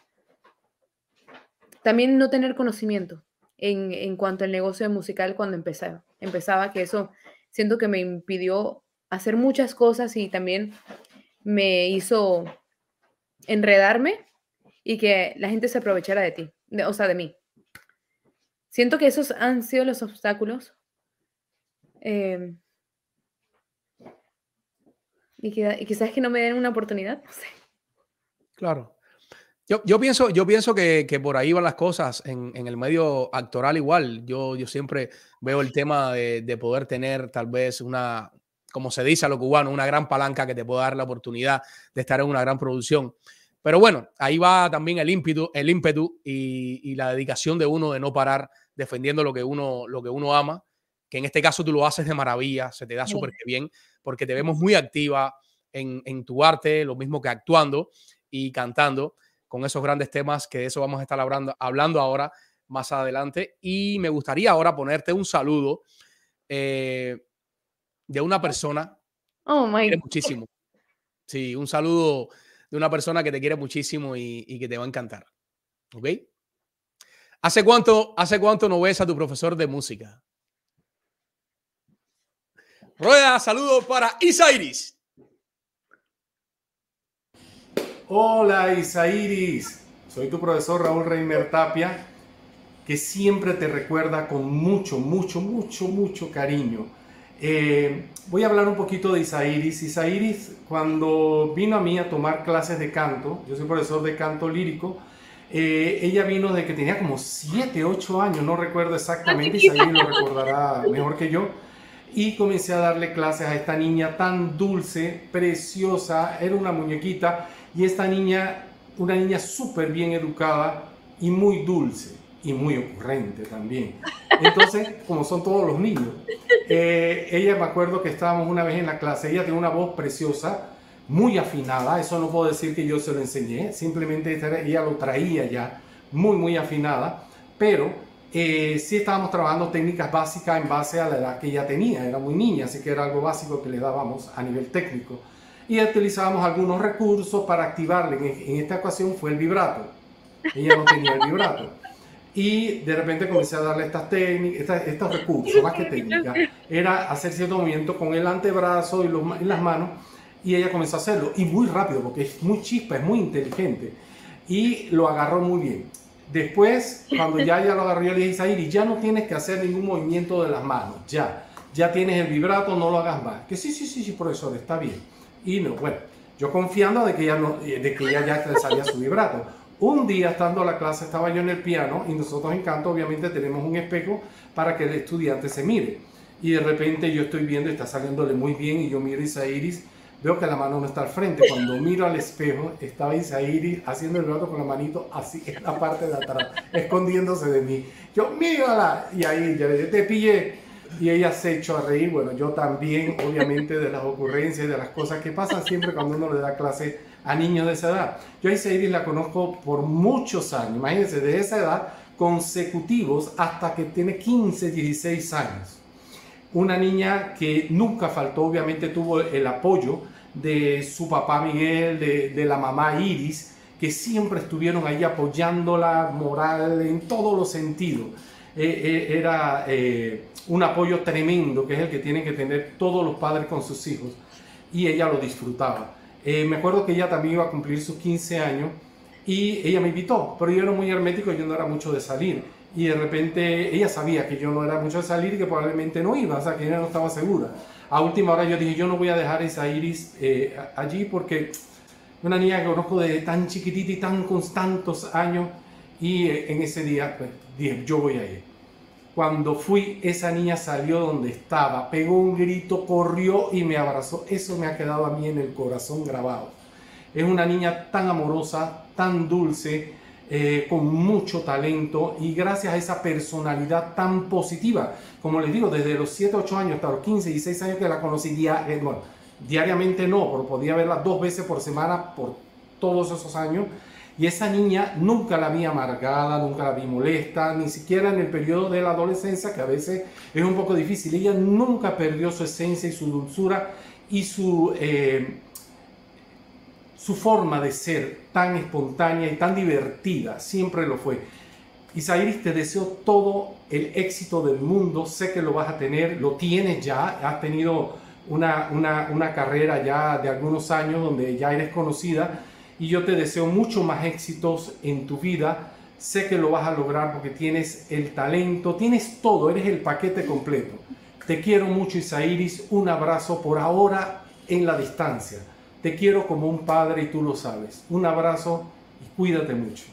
También no tener conocimiento en cuanto al negocio musical cuando empezaba, que eso siento que me impidió hacer muchas cosas y también me hizo enredarme y que la gente se aprovechara de ti, o sea, de mí. Siento que esos han sido los obstáculos. Y quizás que no me den una oportunidad, no sé. Claro. Yo pienso que por ahí van las cosas en el medio actoral igual. Yo siempre veo el tema de poder tener tal vez una, como se dice a lo cubano, una gran palanca que te pueda dar la oportunidad de estar en una gran producción. Pero bueno, ahí va también el ímpetu y la dedicación de uno de no parar defendiendo lo que uno ama, que en este caso tú lo haces de maravilla, se te da súper bien, porque te vemos muy activa en tu arte, lo mismo que actuando y cantando con esos grandes temas, que de eso vamos a estar hablando ahora más adelante. Y me gustaría ahora ponerte un saludo de una persona que te quiere muchísimo. Sí, un saludo de una persona que te quiere muchísimo y que te va a encantar. ¿Ok? ¿Hace cuánto no ves a tu profesor de música? Rueda, saludos para Isairis. Hola Isairis, soy tu profesor Raúl Reimer Tapia, que siempre te recuerda con mucho cariño. Voy a hablar un poquito de Isairis. Isairis, cuando vino a mí a tomar clases de canto, yo soy profesor de canto lírico, ella vino de que tenía como 7, 8 años, no recuerdo exactamente, Isairis lo recordará mejor que yo, y comencé a darle clases a esta niña tan dulce, preciosa, era una muñequita, y esta niña, una niña súper bien educada y muy dulce. y muy ocurrente también. Entonces, como son todos los niños, ella, me acuerdo que estábamos una vez en la clase, ella tiene una voz preciosa, muy afinada, eso no puedo decir que yo se lo enseñé, simplemente ella lo traía ya, muy afinada, pero sí estábamos trabajando técnicas básicas en base a la edad que ella tenía, era muy niña, así que era algo básico que le dábamos a nivel técnico. Y utilizábamos algunos recursos para activarle, en esta ocasión fue el vibrato, ella no tenía el vibrato. Y de repente comencé a darle estas técnicas, estos recursos, más que técnicas, era hacer cierto movimiento con el antebrazo y las manos, y ella comenzó a hacerlo, y muy rápido, porque es muy chispa, es muy inteligente, y lo agarró muy bien. Después, cuando ya lo agarró, yo le dije, Isairis, ya no tienes que hacer ningún movimiento de las manos, ya tienes el vibrato, no lo hagas más. Que sí, profesor, está bien. Y no, bueno, yo confiando de que ella ya sabía su vibrato. Un día, estando en la clase, estaba yo en el piano y nosotros en canto obviamente tenemos un espejo para que el estudiante se mire. Y de repente yo estoy viendo y está saliéndole muy bien y yo miro a Isairis, veo que la mano no está al frente. Cuando miro al espejo, estaba Isairis haciendo el vibrato con la manito así en la parte de atrás, escondiéndose de mí. Yo, mírala. Y ahí ya le dije, te pillé. Y ella se echó a reír. Bueno, yo también, obviamente, de las ocurrencias y de las cosas que pasan siempre cuando uno le da clase a niños de esa edad. Yo a Isairis la conozco por muchos años, imagínense, de esa edad consecutivos hasta que tiene 15, 16 años. Una niña que nunca faltó, obviamente tuvo el apoyo de su papá Miguel, de la mamá Iris, que siempre estuvieron ahí apoyándola moral en todos los sentidos. Era un apoyo tremendo, que es el que tienen que tener todos los padres con sus hijos, y ella lo disfrutaba. Me acuerdo que ella también iba a cumplir sus 15 años y ella me invitó, pero yo era muy hermético, yo no era mucho de salir, y de repente ella sabía que yo no era mucho de salir y que probablemente no iba, o sea que ella no estaba segura. A última hora yo dije, yo no voy a dejar a Isairis allí porque una niña que conozco de tan chiquitita y tan con tantos años, y en ese día pues, dije, yo voy a ir. Cuando fui, esa niña salió donde estaba, pegó un grito, corrió y me abrazó. Eso me ha quedado a mí en el corazón grabado. Es una niña tan amorosa, tan dulce, con mucho talento, y gracias a esa personalidad tan positiva, como les digo, desde los 7, 8 años hasta los 15, 16 años que la conocí, diariamente no, pero podía verla 2 veces por semana por todos esos años. Y esa niña nunca la vi amargada, nunca la vi molesta, ni siquiera en el periodo de la adolescencia, que a veces es un poco difícil. Ella nunca perdió su esencia y su dulzura y su forma de ser tan espontánea y tan divertida. Siempre lo fue. Isairis, te deseo todo el éxito del mundo. Sé que lo vas a tener, lo tienes ya. Has tenido una carrera ya de algunos años donde ya eres conocida. Y yo te deseo mucho más éxitos en tu vida. Sé que lo vas a lograr porque tienes el talento, tienes todo, eres el paquete completo. Te quiero mucho, Isairis. Un abrazo por ahora en la distancia. Te quiero como un padre y tú lo sabes. Un abrazo y cuídate mucho.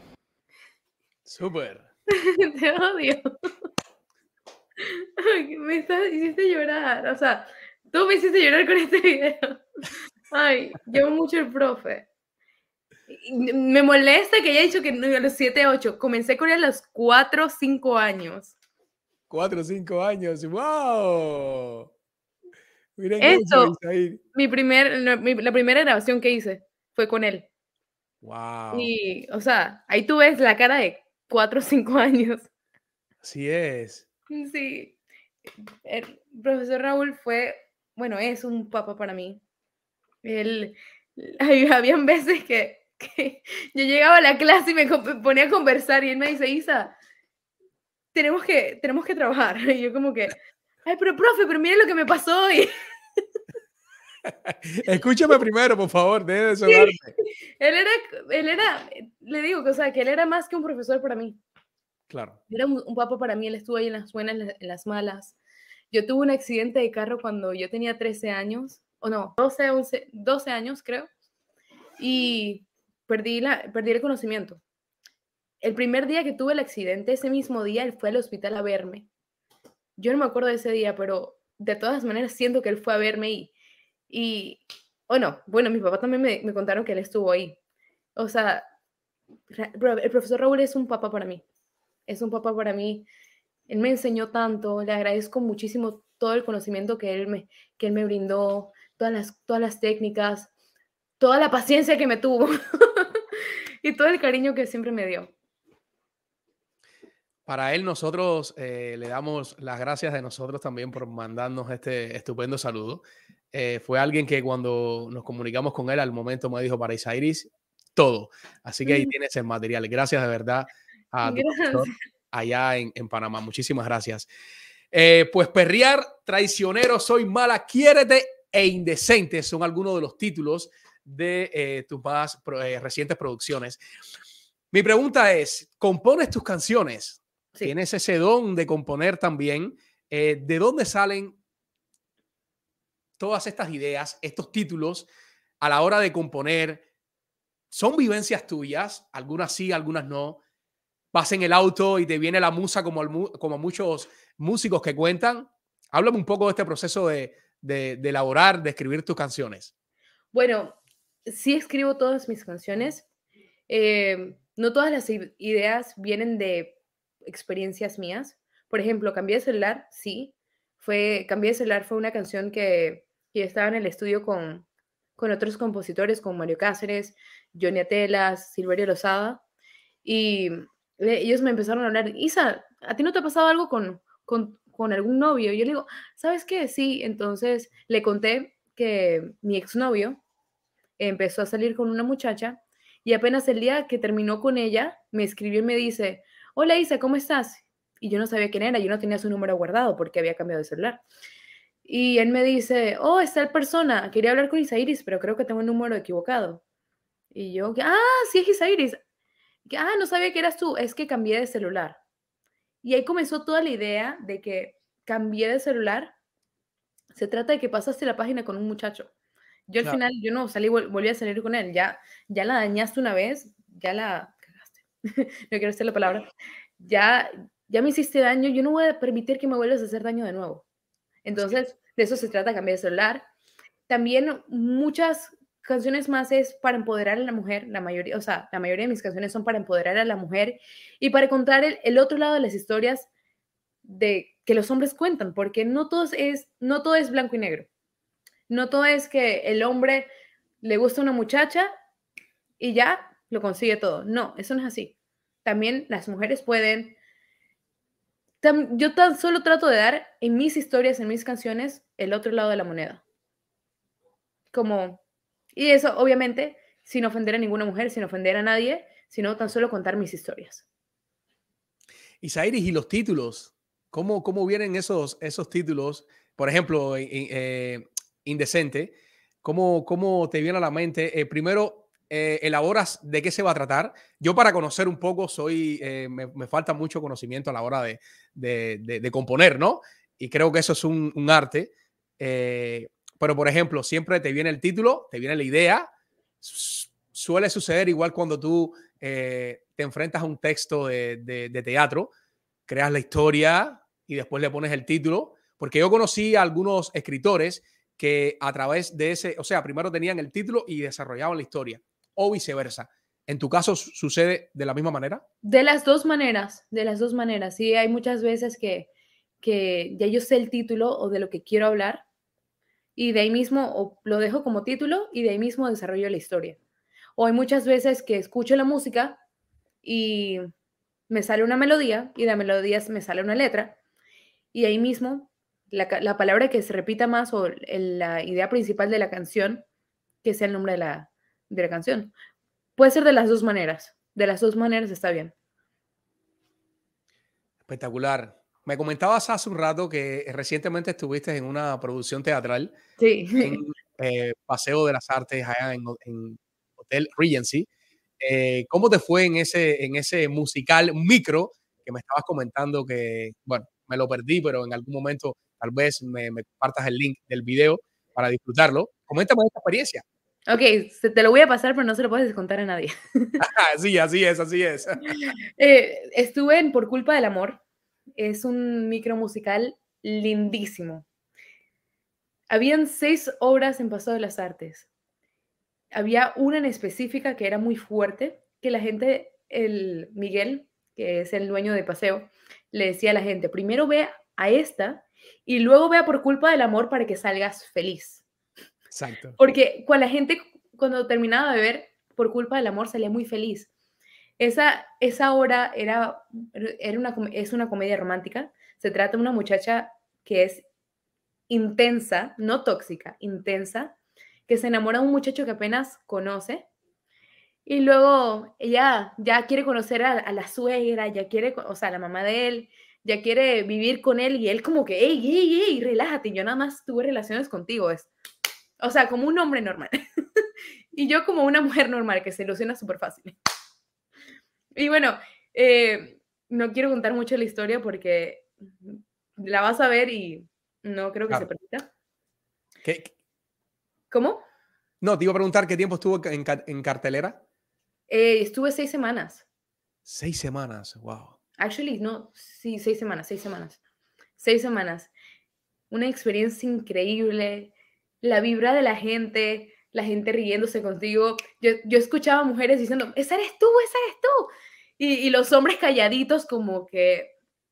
Súper. Te odio. Ay, hiciste llorar. O sea, tú me hiciste llorar con este video. Ay, yo mucho el profe. Me molesta que haya dicho que a los 7, 8. Comencé con él a los 4, 5 años. 4 o 5 años. ¡Wow! Miren esto, eso, la primera grabación que hice fue con él. ¡Wow! Y, o sea, ahí tú ves la cara de 4 o 5 años. Así es. Sí. El profesor Raúl es un papá para mí. Habían veces que yo llegaba a la clase y me ponía a conversar y él me dice, Isa, tenemos que trabajar. Y yo como que, ay, pero profe, pero mire lo que me pasó hoy. Escúchame primero, por favor, deje de sonarte. Sí. Él era, le digo que, o sea, que él era más que un profesor para mí. Claro. Era un papá para mí, él estuvo ahí en las buenas, en las malas. Yo tuve un accidente de carro cuando yo tenía 13 años, o no, 12 años creo, y perdí el conocimiento. El primer día que tuve el accidente, ese mismo día, él fue al hospital a verme. Yo no me acuerdo de ese día, pero de todas maneras siento que él fue a verme bueno, mis papás también me contaron que él estuvo ahí. O sea, el profesor Raúl es un papá para mí. es un papá para mí. Él me enseñó tanto, le agradezco muchísimo todo el conocimiento que él me brindó, todas las técnicas, toda la paciencia que me tuvo y todo el cariño que siempre me dio. Para él, nosotros le damos las gracias de nosotros también por mandarnos este estupendo saludo. Fue alguien que cuando nos comunicamos con él al momento me dijo para Isairis todo. Así que ahí tienes el material. Gracias de verdad a tu profesor allá en Panamá. Muchísimas gracias. Pues Perrear, Traicionero, Soy Mala, Quiérete e Indecente son algunos de los títulos de tus más recientes producciones. Mi pregunta es, ¿compones tus canciones? Sí. ¿Tienes ese don de componer también? ¿De dónde salen todas estas ideas, estos títulos a la hora de componer? ¿Son vivencias tuyas? Algunas sí, algunas no. ¿Vas en el auto y te viene la musa como muchos músicos que cuentan? Háblame un poco de este proceso de elaborar, de escribir tus canciones. Bueno, sí escribo todas mis canciones. No todas las ideas vienen de experiencias mías. Por ejemplo, Cambié de celular, sí. Cambié de celular fue una canción que estaba en el estudio con otros compositores, con Mario Cáceres, Johnny Atelas, Silverio Lozada. Y ellos me empezaron a hablar, Isa, ¿a ti no te ha pasado algo con algún novio? Y yo le digo, ¿sabes qué? Sí. Entonces le conté que mi exnovio empezó a salir con una muchacha y apenas el día que terminó con ella, me escribió y me dice, hola Isa, ¿cómo estás? Y yo no sabía quién era, yo no tenía su número guardado porque había cambiado de celular. Y él me dice, oh, es tal persona, quería hablar con Isairis, pero creo que tengo el número equivocado. Y yo, sí es Isairis. No sabía que eras tú, es que cambié de celular. Y ahí comenzó toda la idea de que cambié de celular. Se trata de que pasaste la página con un muchacho. Yo al final, yo no volví a salir con él. Ya la dañaste una vez, ya la cagaste. No quiero decir la palabra. Ya me hiciste daño, yo no voy a permitir que me vuelvas a hacer daño de nuevo. Entonces, de eso se trata, cambiar de celular. También muchas canciones más es para empoderar a la mujer, la mayoría de mis canciones son para empoderar a la mujer y para contar el otro lado de las historias de que los hombres cuentan, porque no todo es blanco y negro. No todo es que el hombre le gusta a una muchacha y ya lo consigue todo. No, eso no es así. También las mujeres pueden. Yo tan solo trato de dar en mis historias, en mis canciones, el otro lado de la moneda. Y eso, obviamente, sin ofender a ninguna mujer, sin ofender a nadie, sino tan solo contar mis historias. Isairis, ¿y los títulos? ¿Cómo vienen esos títulos? Por ejemplo, Indecente. ¿Cómo te viene a la mente? Primero, elaboras de qué se va a tratar. Yo, para conocer un poco, me falta mucho conocimiento a la hora de componer, ¿no? Y creo que eso es un arte. Pero, por ejemplo, siempre te viene el título, te viene la idea. Suele suceder igual cuando tú te enfrentas a un texto de teatro, creas la historia y después le pones el título. Porque yo conocí a algunos escritores que a través de primero tenían el título y desarrollaban la historia, o viceversa. ¿En tu caso sucede de la misma manera? De las dos maneras. Sí, hay muchas veces que ya yo sé el título o de lo que quiero hablar y de ahí mismo o lo dejo como título y de ahí mismo desarrollo la historia. O hay muchas veces que escucho la música y me sale una melodía y de la melodía me sale una letra y ahí mismo la palabra que se repita más o la idea principal de la canción, que sea el nombre de la canción. Puede ser de las dos maneras. De las dos maneras está bien. Espectacular. Me comentabas hace un rato que recientemente estuviste en una producción teatral. Sí. En Paseo de las Artes, allá en Hotel Regency. ¿Cómo te fue en ese musical micro que me estabas comentando que, bueno, me lo perdí, pero en algún momento tal vez me compartas el link del video para disfrutarlo? Coméntame esta experiencia. Ok, te lo voy a pasar, pero no se lo puedes contar a nadie. Sí, así es. Estuve en Por Culpa del Amor. Es un micro musical lindísimo. Habían 6 obras en Paseo de las Artes. Había una en específica que era muy fuerte, que la gente, Miguel, que es el dueño de Paseo, le decía a la gente, primero ve a esta y luego vea Por culpa del amor para que salgas feliz. Exacto. Porque la gente cuando terminaba de ver Por culpa del amor salía muy feliz. Esa obra es una comedia romántica. Se trata de una muchacha que es intensa, no tóxica, intensa, que se enamora de un muchacho que apenas conoce y luego ella ya quiere conocer a la suegra, ya quiere, o sea, la mamá de él, ya quiere vivir con él y él como que, ey, relájate, yo nada más tuve relaciones contigo, o sea, como un hombre normal. Y yo como una mujer normal que se ilusiona súper fácil. Y bueno, no quiero contar mucho la historia porque la vas a ver y no creo que se permita. ¿Cómo? No, te iba a preguntar qué tiempo estuvo en cartelera. Estuve 6 semanas. 6 semanas, wow. Actually, no, sí, 6 semanas. 6 semanas. Una experiencia increíble. La vibra de la gente riéndose contigo. Yo escuchaba mujeres diciendo, esa eres tú. Y los hombres calladitos como que,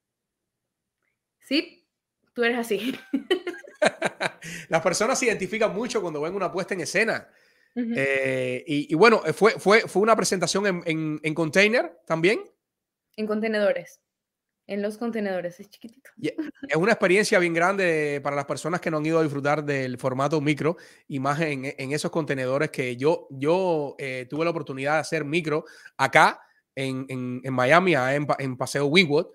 sí, tú eres así. Las personas se identifican mucho cuando ven una puesta en escena. Y bueno, fue una presentación en container también. En contenedores. En los contenedores, es chiquitito. Es una experiencia bien grande para las personas que no han ido a disfrutar del formato micro y más en esos contenedores que yo tuve la oportunidad de hacer micro acá en Miami, en Paseo Wynwood.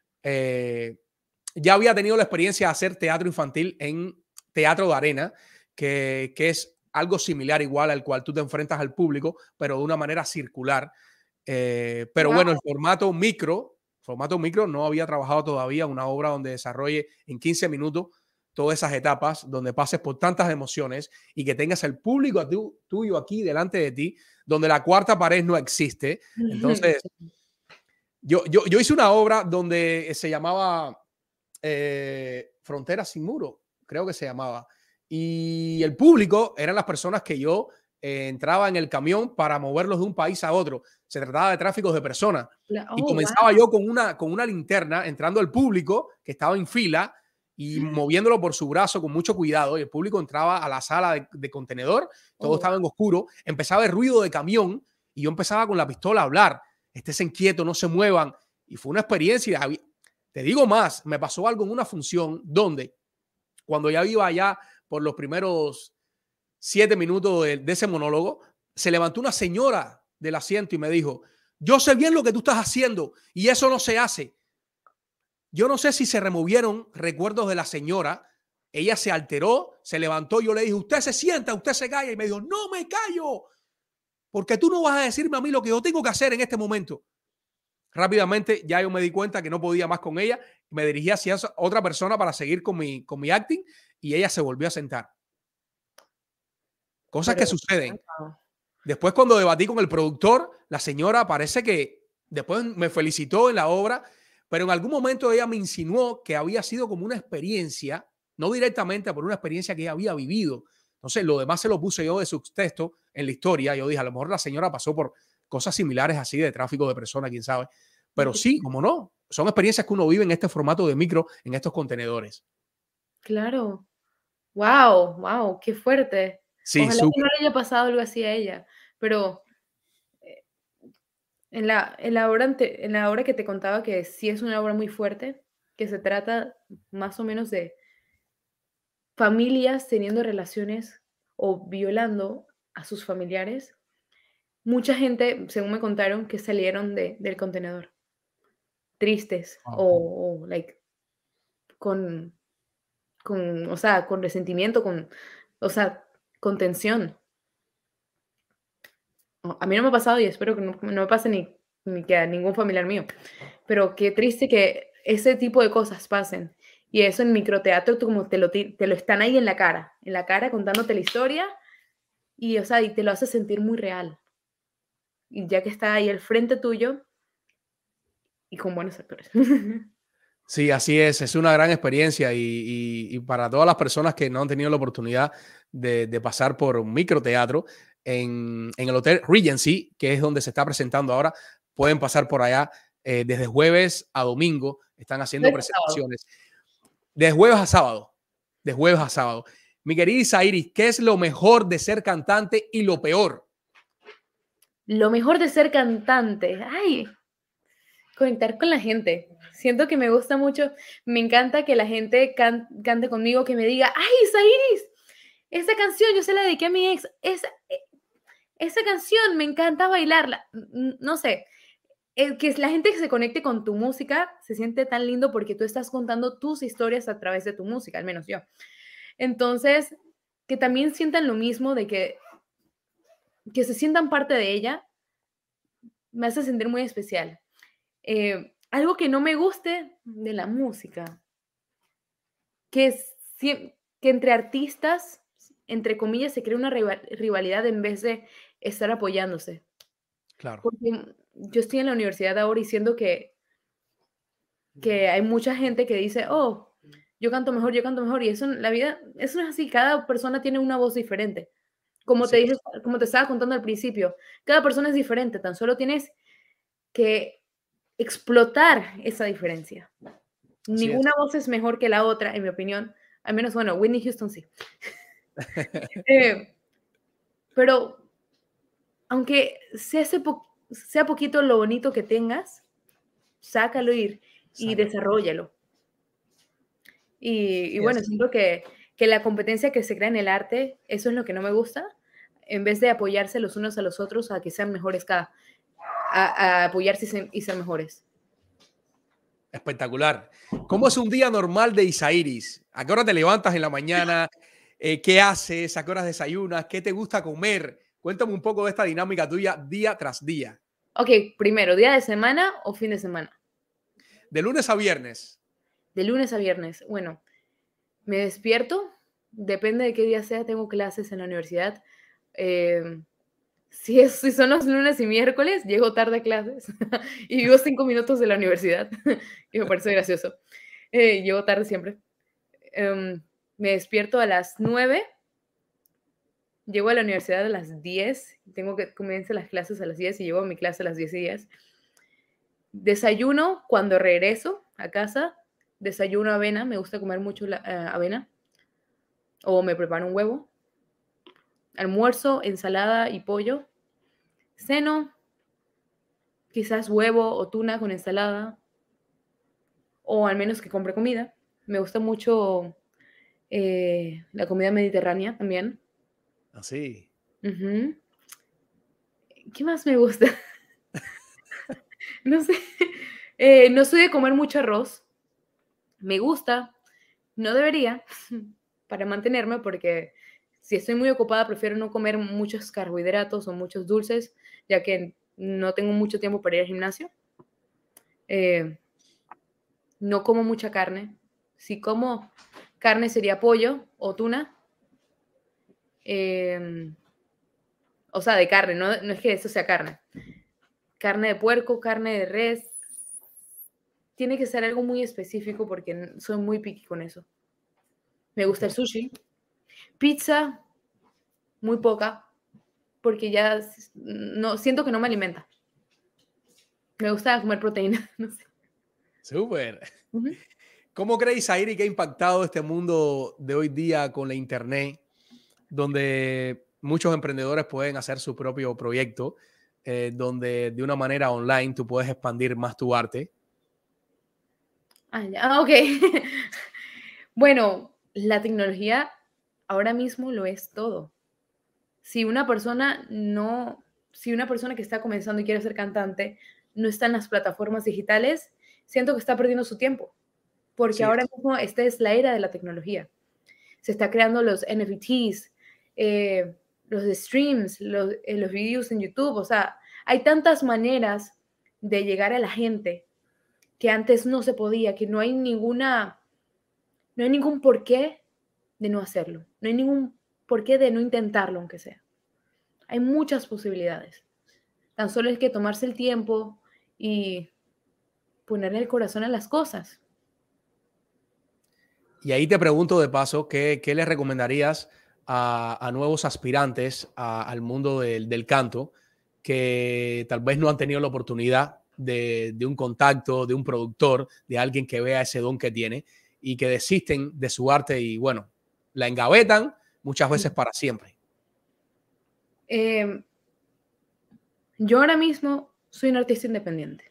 Ya había tenido la experiencia de hacer teatro infantil en Teatro de Arena, que es algo similar igual al cual tú te enfrentas al público, pero de una manera circular. Pero bueno, el formato micro no había trabajado todavía una obra donde desarrolle en 15 minutos todas esas etapas, donde pases por tantas emociones y que tengas el público tuyo aquí delante de ti, donde la cuarta pared no existe. Entonces, yo hice una obra donde se llamaba Fronteras sin Muro, creo que se llamaba. Y el público eran las personas que yo entraba en el camión para moverlos de un país a otro. Se trataba de tráficos de personas. Y comenzaba yo con una linterna entrando al público que estaba en fila y moviéndolo por su brazo con mucho cuidado. Y el público entraba a la sala de contenedor, todo estaba en oscuro. Empezaba el ruido de camión y yo empezaba con la pistola a hablar. Esténse quietos, no se muevan. Y fue una experiencia. Te digo más, me pasó algo en una función donde cuando ya iba allá por los primeros 7 minutos de ese monólogo, se levantó una señora del asiento y me dijo, yo sé bien lo que tú estás haciendo y eso no se hace. Yo no sé si se removieron recuerdos de la señora. Ella se alteró, se levantó, yo le dije, usted se sienta, usted se calla, y me dijo, no me callo, porque tú no vas a decirme a mí lo que yo tengo que hacer en este momento. Rápidamente ya yo me di cuenta que no podía más con ella, me dirigí hacia otra persona para seguir con mi acting y ella se volvió a sentar. Cosas que suceden. Después, cuando debatí con el productor, la señora parece que después me felicitó en la obra, pero en algún momento ella me insinuó que había sido como una experiencia, no directamente, pero una experiencia que ella había vivido. Entonces, lo demás se lo puse yo de subtexto en la historia. Yo dije, a lo mejor la señora pasó por cosas similares así de tráfico de personas, quién sabe. Pero sí, como no, son experiencias que uno vive en este formato de micro, en estos contenedores. Claro. Wow, qué fuerte. Sí, ojalá que no le haya pasado algo así a ella, pero en la obra que te contaba que sí es una obra muy fuerte, que se trata más o menos de familias teniendo relaciones o violando a sus familiares. Mucha gente, según me contaron, que salieron del contenedor tristes o like con resentimiento, con tensión. A mí no me ha pasado y espero que no me pase ni que a ningún familiar mío. Pero qué triste que ese tipo de cosas pasen. Y eso en microteatro, tú como te lo están ahí en la cara contándote la historia y te lo hace sentir muy real. Y ya que está ahí al frente tuyo y con buenos actores. Sí, así es una gran experiencia y para todas las personas que no han tenido la oportunidad de pasar por un microteatro en el Hotel Regency, que es donde se está presentando ahora, pueden pasar por allá desde jueves a domingo están haciendo Jueves a sábado. presentaciones. De jueves a sábado. De jueves a sábado. Mi querida Isairis, ¿qué es lo mejor de ser cantante y lo peor? Lo mejor de ser cantante, ay, conectar con la gente. Siento que me gusta mucho, me encanta que la gente cante conmigo, que me diga, ay, Isairis, esa canción yo se la dediqué a mi ex, esa canción me encanta bailarla. No sé, que la gente que se conecte con tu música se siente tan lindo porque tú estás contando tus historias a través de tu música, al menos yo. Entonces, que también sientan lo mismo, de que se sientan parte de ella, me hace sentir muy especial. Algo que no me guste de la música, que entre artistas, entre comillas, se crea una rivalidad en vez de estar apoyándose. Claro. Porque yo estoy en la universidad ahora y siento que hay mucha gente que dice, oh, yo canto mejor, y eso en la vida, eso no es así, cada persona tiene una voz diferente. Como te dije, como te estaba contando al principio, cada persona es diferente, tan solo tienes que explotar esa diferencia. Ninguna voz es mejor que la otra, en mi opinión. Al menos, bueno, Whitney Houston sí. Pero aunque sea poquito lo bonito que tengas, sácalo y desarróllalo. Y bueno, siento que la competencia que se crea en el arte, eso es lo que no me gusta, en vez de apoyarse los unos a los otros a que sean mejores a apoyarse y ser mejores. Espectacular. ¿Cómo es un día normal de Isairis? ¿A qué hora te levantas en la mañana? ¿Qué haces? ¿A qué horas desayunas? ¿Qué te gusta comer? Cuéntame un poco de esta dinámica tuya día tras día. Ok, primero, ¿día de semana o fin de semana? De lunes a viernes. De lunes a viernes. Bueno, me despierto, depende de qué día sea, tengo clases en la universidad. Si son los lunes y miércoles, llego tarde a clases y vivo 5 minutos de la universidad y me parece gracioso. Llego tarde siempre. Me despierto a las 9, llego a la universidad a las 10, tengo que comenzar las clases a las 10 y llego a mi clase a las 10:10. Desayuno cuando regreso a casa, desayuno avena, me gusta comer mucho avena, o me preparo un huevo. Almuerzo, ensalada y pollo. Ceno, quizás huevo o tuna con ensalada, o al menos que compre comida. Me gusta mucho la comida mediterránea también. Así. ¿Qué más me gusta? No sé. No soy de comer mucho arroz. Me gusta. No debería para mantenerme, porque si estoy muy ocupada prefiero no comer muchos carbohidratos o muchos dulces, ya que no tengo mucho tiempo para ir al gimnasio. No como mucha carne. Si como carne sería pollo o tuna. O sea, de carne, no es que eso sea carne. Carne de puerco, carne de res. Tiene que ser algo muy específico porque soy muy picky con eso. Me gusta el sushi. Pizza, muy poca, porque ya no siento que no me alimenta. Me gusta comer proteína, no sé. Súper. ¿Cómo crees, Isairi, que ha impactado este mundo de hoy día con la internet, donde muchos emprendedores pueden hacer su propio proyecto, donde de una manera online tú puedes expandir más tu arte? Ok. Bueno, la tecnología ahora mismo lo es todo. Si una persona que está comenzando y quiere ser cantante no está en las plataformas digitales, siento que está perdiendo su tiempo, porque ahora mismo esta es la era de la tecnología. Se está creando los NFTs, los streams, los videos en YouTube. O sea, hay tantas maneras de llegar a la gente que antes no se podía, que no hay ningún porqué de no hacerlo. No hay ningún porqué de no intentarlo, aunque sea. Hay muchas posibilidades. Tan solo es que tomarse el tiempo y ponerle el corazón a las cosas. Y ahí te pregunto de paso, ¿qué le recomendarías a nuevos aspirantes al mundo del canto que tal vez no han tenido la oportunidad de un contacto, de un productor, de alguien que vea ese don que tiene y que desisten de su arte y, bueno, la engavetan muchas veces para siempre. Yo ahora mismo soy un artista independiente.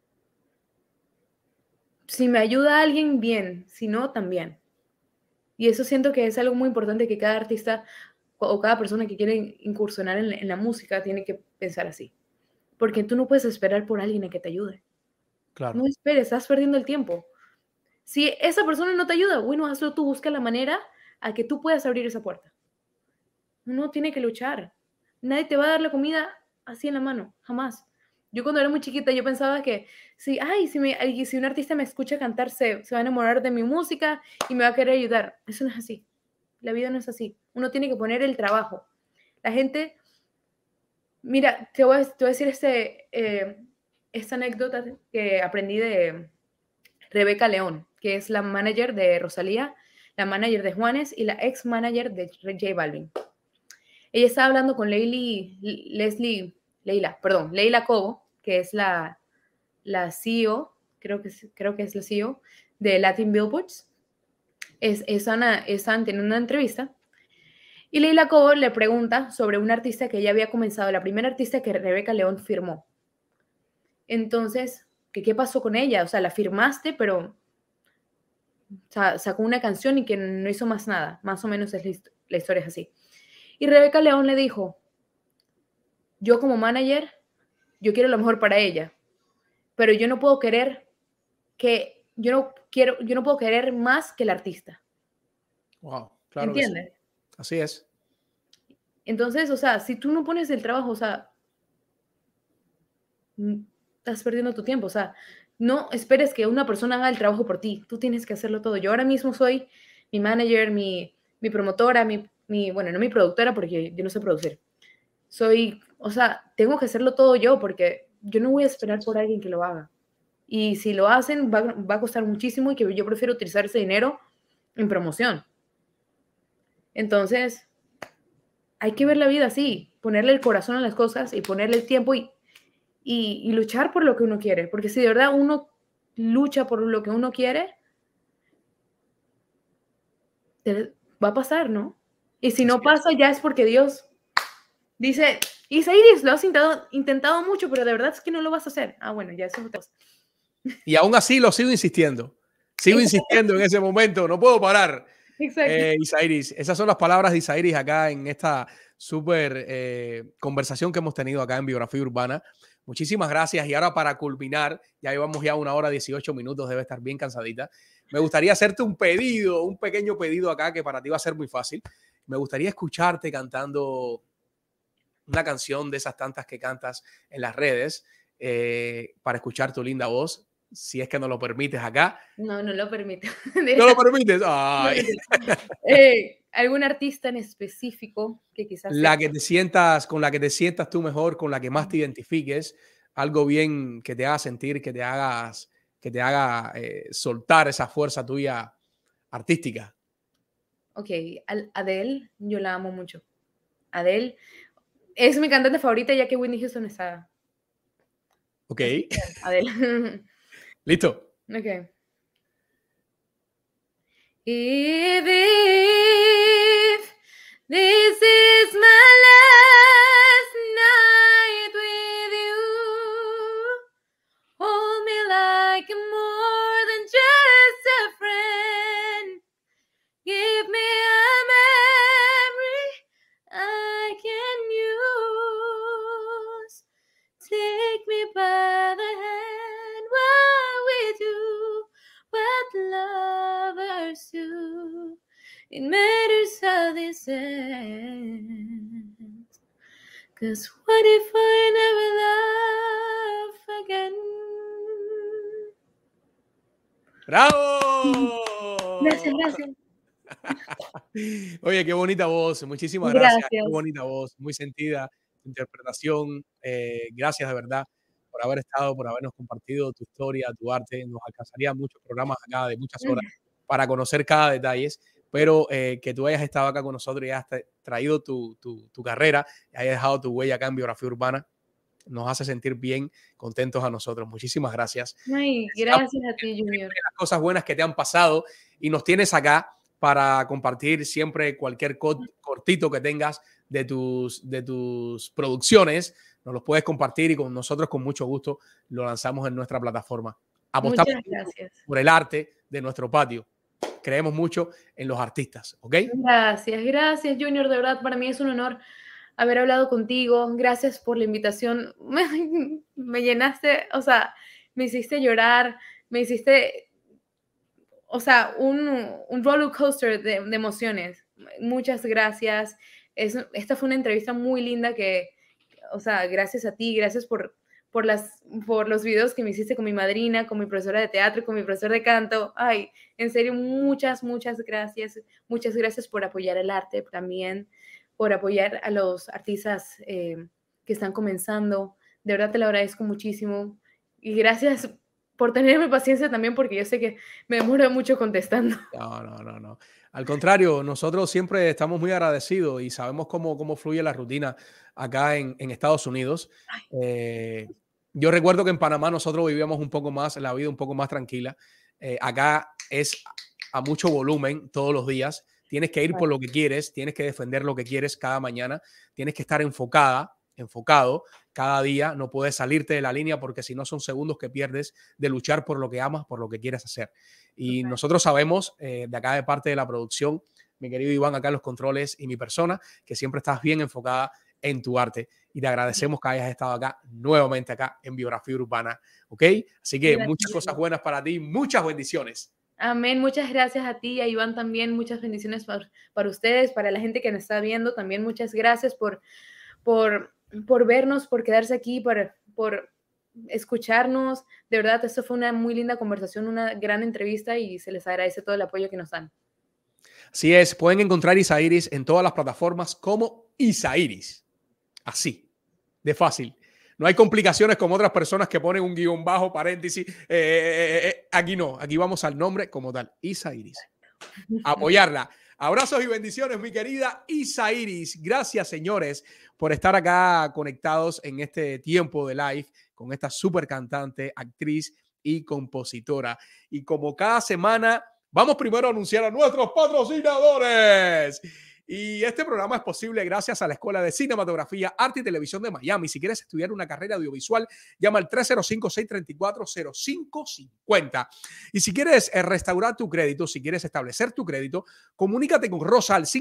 Si me ayuda alguien, bien. Si no, también. Y eso siento que es algo muy importante que cada artista o cada persona que quiere incursionar en la música tiene que pensar así. Porque tú no puedes esperar por alguien a que te ayude. Claro. No esperes, estás perdiendo el tiempo. Si esa persona no te ayuda, bueno, hazlo tú, busca la manera a que tú puedas abrir esa puerta. Uno tiene que luchar. Nadie te va a dar la comida así en la mano, jamás. Yo cuando era muy chiquita, yo pensaba que si un artista me escucha cantar, se va a enamorar de mi música y me va a querer ayudar. Eso no es así. La vida no es así. Uno tiene que poner el trabajo. La gente... Mira, te voy a decir esta anécdota que aprendí de Rebeca León, que es la manager de Rosalía, la manager de Juanes y la ex manager de J Balvin. Ella estaba hablando con Leila Cobo, que es la CEO, creo que es la CEO de Latin Billboards. Están teniendo una entrevista y Leila Cobo le pregunta sobre un artista que ella había comenzado, la primera artista que Rebeca León firmó. Entonces, ¿qué pasó con ella? O sea, la firmaste, pero sacó una canción y que no hizo más nada. Más o menos la historia es así. Y Rebeca León le dijo, yo como manager, yo quiero lo mejor para ella, pero yo no puedo querer más que el artista. Wow, claro. ¿Entiendes? Sí. Así es. Entonces, o sea, si tú no pones el trabajo, o sea, estás perdiendo tu tiempo. O sea, no esperes que una persona haga el trabajo por ti. Tú tienes que hacerlo todo. Yo ahora mismo soy mi manager, mi promotora, bueno, no mi productora porque yo no sé producir. O sea, tengo que hacerlo todo yo porque yo no voy a esperar por alguien que lo haga. Y si lo hacen, va a costar muchísimo y que yo prefiero utilizar ese dinero en promoción. Entonces, hay que ver la vida así, ponerle el corazón a las cosas y ponerle el tiempo y luchar por lo que uno quiere. Porque si de verdad uno lucha por lo que uno quiere, va a pasar, ¿no? Y si no pasa, ya es porque Dios dice, Isairis, lo has intentado mucho, pero de verdad es que no lo vas a hacer. Ah, bueno, ya eso es otra cosa. Y aún así lo sigo insistiendo. Sigo insistiendo en ese momento, no puedo parar. Exacto. Isairis, esas son las palabras de Isairis acá en esta súper conversación que hemos tenido acá en Biografía Urbana. Muchísimas gracias. Y ahora para culminar, ya llevamos ya 1 hora 18 minutos, debe estar bien cansadita. Me gustaría hacerte un pequeño pedido acá que para ti va a ser muy fácil. Me gustaría escucharte cantando una canción de esas tantas que cantas en las redes para escuchar tu linda voz. Si es que nos lo permites acá. No lo permito. ¿No lo permites? Ay. ¿Algún artista en específico que quizás... con la que te sientas tú mejor, con la que más te identifiques, algo bien que te haga sentir, que te haga soltar esa fuerza tuya artística. Ok, Adele, yo la amo mucho. Adele es mi cantante favorita ya que Whitney Houston está... Ok. Adele. ¿Listo? Ok. If this is my last night with you, hold me like more than just a friend. Give me a memory I can use. Take me by the hand while we do what lovers do. It matters how this ends. 'Cause what if I never love again? ¡Bravo! Gracias. Oye, qué bonita voz. Muchísimas gracias. Qué Gracias. bonita voz, muy sentida. Tu interpretación. Gracias de verdad por haber estado, por habernos compartido tu historia, tu arte. Nos alcanzarían muchos programas acá de muchas horas para conocer cada detalle, pero que tú hayas estado acá con nosotros y hayas traído tu carrera y hayas dejado tu huella acá en Biografía Urbana. nos hace sentir bien, contentos a nosotros. Muchísimas gracias. Ay, gracias a ti, Junior. Las cosas buenas que te han pasado y nos tienes acá para compartir siempre cualquier cortito que tengas de tus producciones. Nos los puedes compartir y con nosotros con mucho gusto lo lanzamos en nuestra plataforma. Apostamos por el arte de nuestro patio. Creemos mucho en los artistas, ¿ok? Gracias, Junior. De verdad, para mí es un honor haber hablado contigo. Gracias por la invitación. Me llenaste, o sea, me hiciste llorar, me hiciste, o sea, un roller coaster de emociones. Muchas gracias. Esta fue una entrevista muy linda que, o sea, gracias a ti, gracias por los videos que me hiciste con mi madrina, con mi profesora de teatro, con mi profesor de canto. Ay, en serio, muchas gracias. Muchas gracias por apoyar el arte también, por apoyar a los artistas que están comenzando. De verdad te lo agradezco muchísimo. Y gracias por tenerme paciencia también, porque yo sé que me demoro mucho contestando. No. Al contrario, nosotros siempre estamos muy agradecidos y sabemos cómo fluye la rutina acá en Estados Unidos. Yo recuerdo que en Panamá nosotros vivíamos un poco más, la vida un poco más tranquila. Acá es a mucho volumen todos los días. Tienes que ir por lo que quieres, tienes que defender lo que quieres cada mañana, tienes que estar enfocado cada día. No puedes salirte de la línea porque si no son segundos que pierdes de luchar por lo que amas, por lo que quieres hacer. Y nosotros sabemos, de acá de parte de la producción, mi querido Iván acá en los controles y mi persona, que siempre estás bien enfocada en tu arte. Y te agradecemos que hayas estado acá nuevamente acá en Biografía Urbana, ¿ok? Así que muchas cosas buenas para ti, muchas bendiciones. Amén, muchas gracias a ti y a Iván también, muchas bendiciones para ustedes, para la gente que nos está viendo también, muchas gracias por vernos, por quedarse aquí, por escucharnos. De verdad, esto fue una muy linda conversación, una gran entrevista y se les agradece todo el apoyo que nos dan. Así es, pueden encontrar Isairis en todas las plataformas como Isairis. Así, de fácil. No hay complicaciones como otras personas que ponen un guión bajo, paréntesis. Aquí no, aquí vamos al nombre como tal, Isairis. Apoyarla. Abrazos y bendiciones, mi querida Isairis. Gracias, señores, por estar acá conectados en este tiempo de live con esta súper cantante, actriz y compositora. Y como cada semana, vamos primero a anunciar a nuestros patrocinadores. Y este programa es posible gracias a la Escuela de Cinematografía, Arte y Televisión de Miami. Si quieres estudiar una carrera audiovisual, llama al 305-634-0550. Y si quieres restaurar tu crédito, si quieres establecer tu crédito, comunícate con Rosa al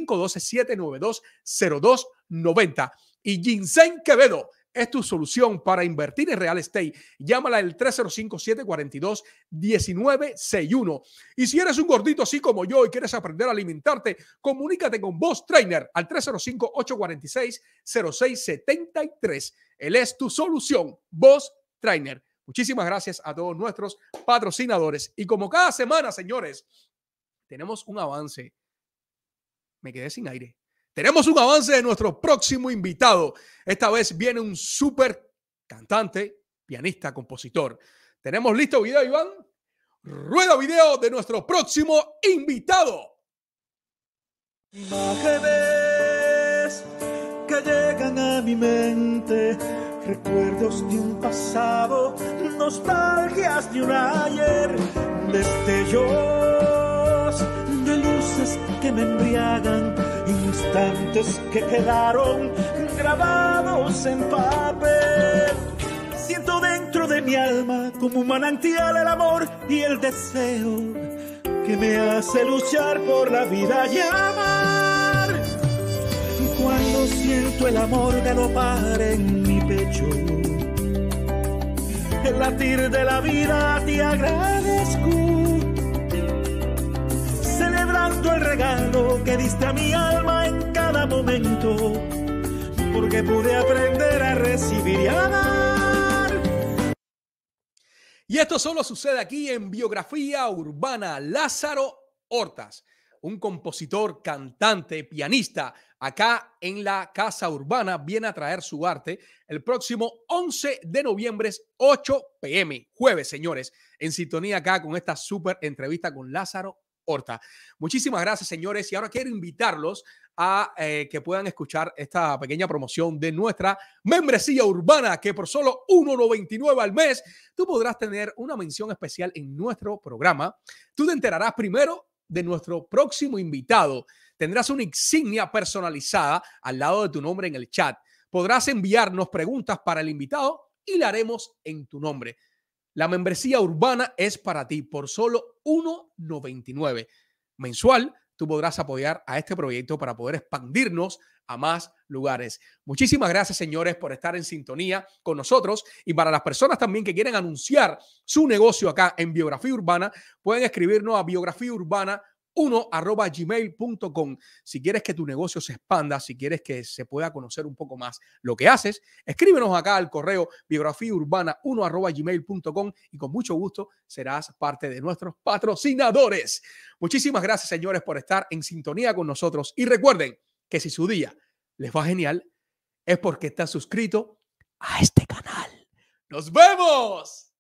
512-792-0290. Y Ginseng Quevedo es tu solución para invertir en real estate. Llámala al 305-742-1961. Y si eres un gordito así como yo y quieres aprender a alimentarte, comunícate con Boss Trainer al 305-846-0673. Él es tu solución, Boss Trainer. Muchísimas gracias a todos nuestros patrocinadores. Y como cada semana, señores, tenemos un avance. Me quedé sin aire. Tenemos un avance de nuestro próximo invitado. Esta vez viene un súper cantante, pianista, compositor. ¿Tenemos listo video, Iván? Rueda video de nuestro próximo invitado. Imágenes que llegan a mi mente, recuerdos de un pasado, nostalgias de un ayer, destellos de luces que me embriagan, instantes que quedaron grabados en papel. Siento dentro de mi alma como un manantial el amor y el deseo que me hace luchar por la vida y amar. Cuando siento el amor galopar en mi pecho, el latir de la vida te agradezco, celebrando el regalo que diste a mi alma en cada momento, porque pude aprender a recibir y a dar. Y esto solo sucede aquí en Biografía Urbana. Lázaro Hortas, un compositor, cantante, pianista, acá en la Casa Urbana, viene a traer su arte el próximo 11 de noviembre, 8 p.m., jueves, señores, en sintonía acá con esta súper entrevista con Lázaro Horta. Muchísimas gracias, señores, y ahora quiero invitarlos a que puedan escuchar esta pequeña promoción de nuestra membresía urbana, que por solo $1.99 al mes tú podrás tener una mención especial en nuestro programa. Tú te enterarás primero de nuestro próximo invitado. Tendrás una insignia personalizada al lado de tu nombre en el chat. Podrás enviarnos preguntas para el invitado y la haremos en tu nombre. La membresía urbana es para ti por solo $1.99 mensual. Tú podrás apoyar a este proyecto para poder expandirnos a más lugares. Muchísimas gracias, señores, por estar en sintonía con nosotros. Y para las personas también que quieren anunciar su negocio acá en Biografía Urbana, pueden escribirnos a biografiaurbana1@gmail.com. Si quieres que tu negocio se expanda, si quieres que se pueda conocer un poco más lo que haces, escríbenos acá al correo biografiaurbana1@gmail.com y con mucho gusto serás parte de nuestros patrocinadores. Muchísimas gracias, señores, por estar en sintonía con nosotros. Y recuerden que si su día les va genial, es porque estás suscrito a este canal. ¡Nos vemos!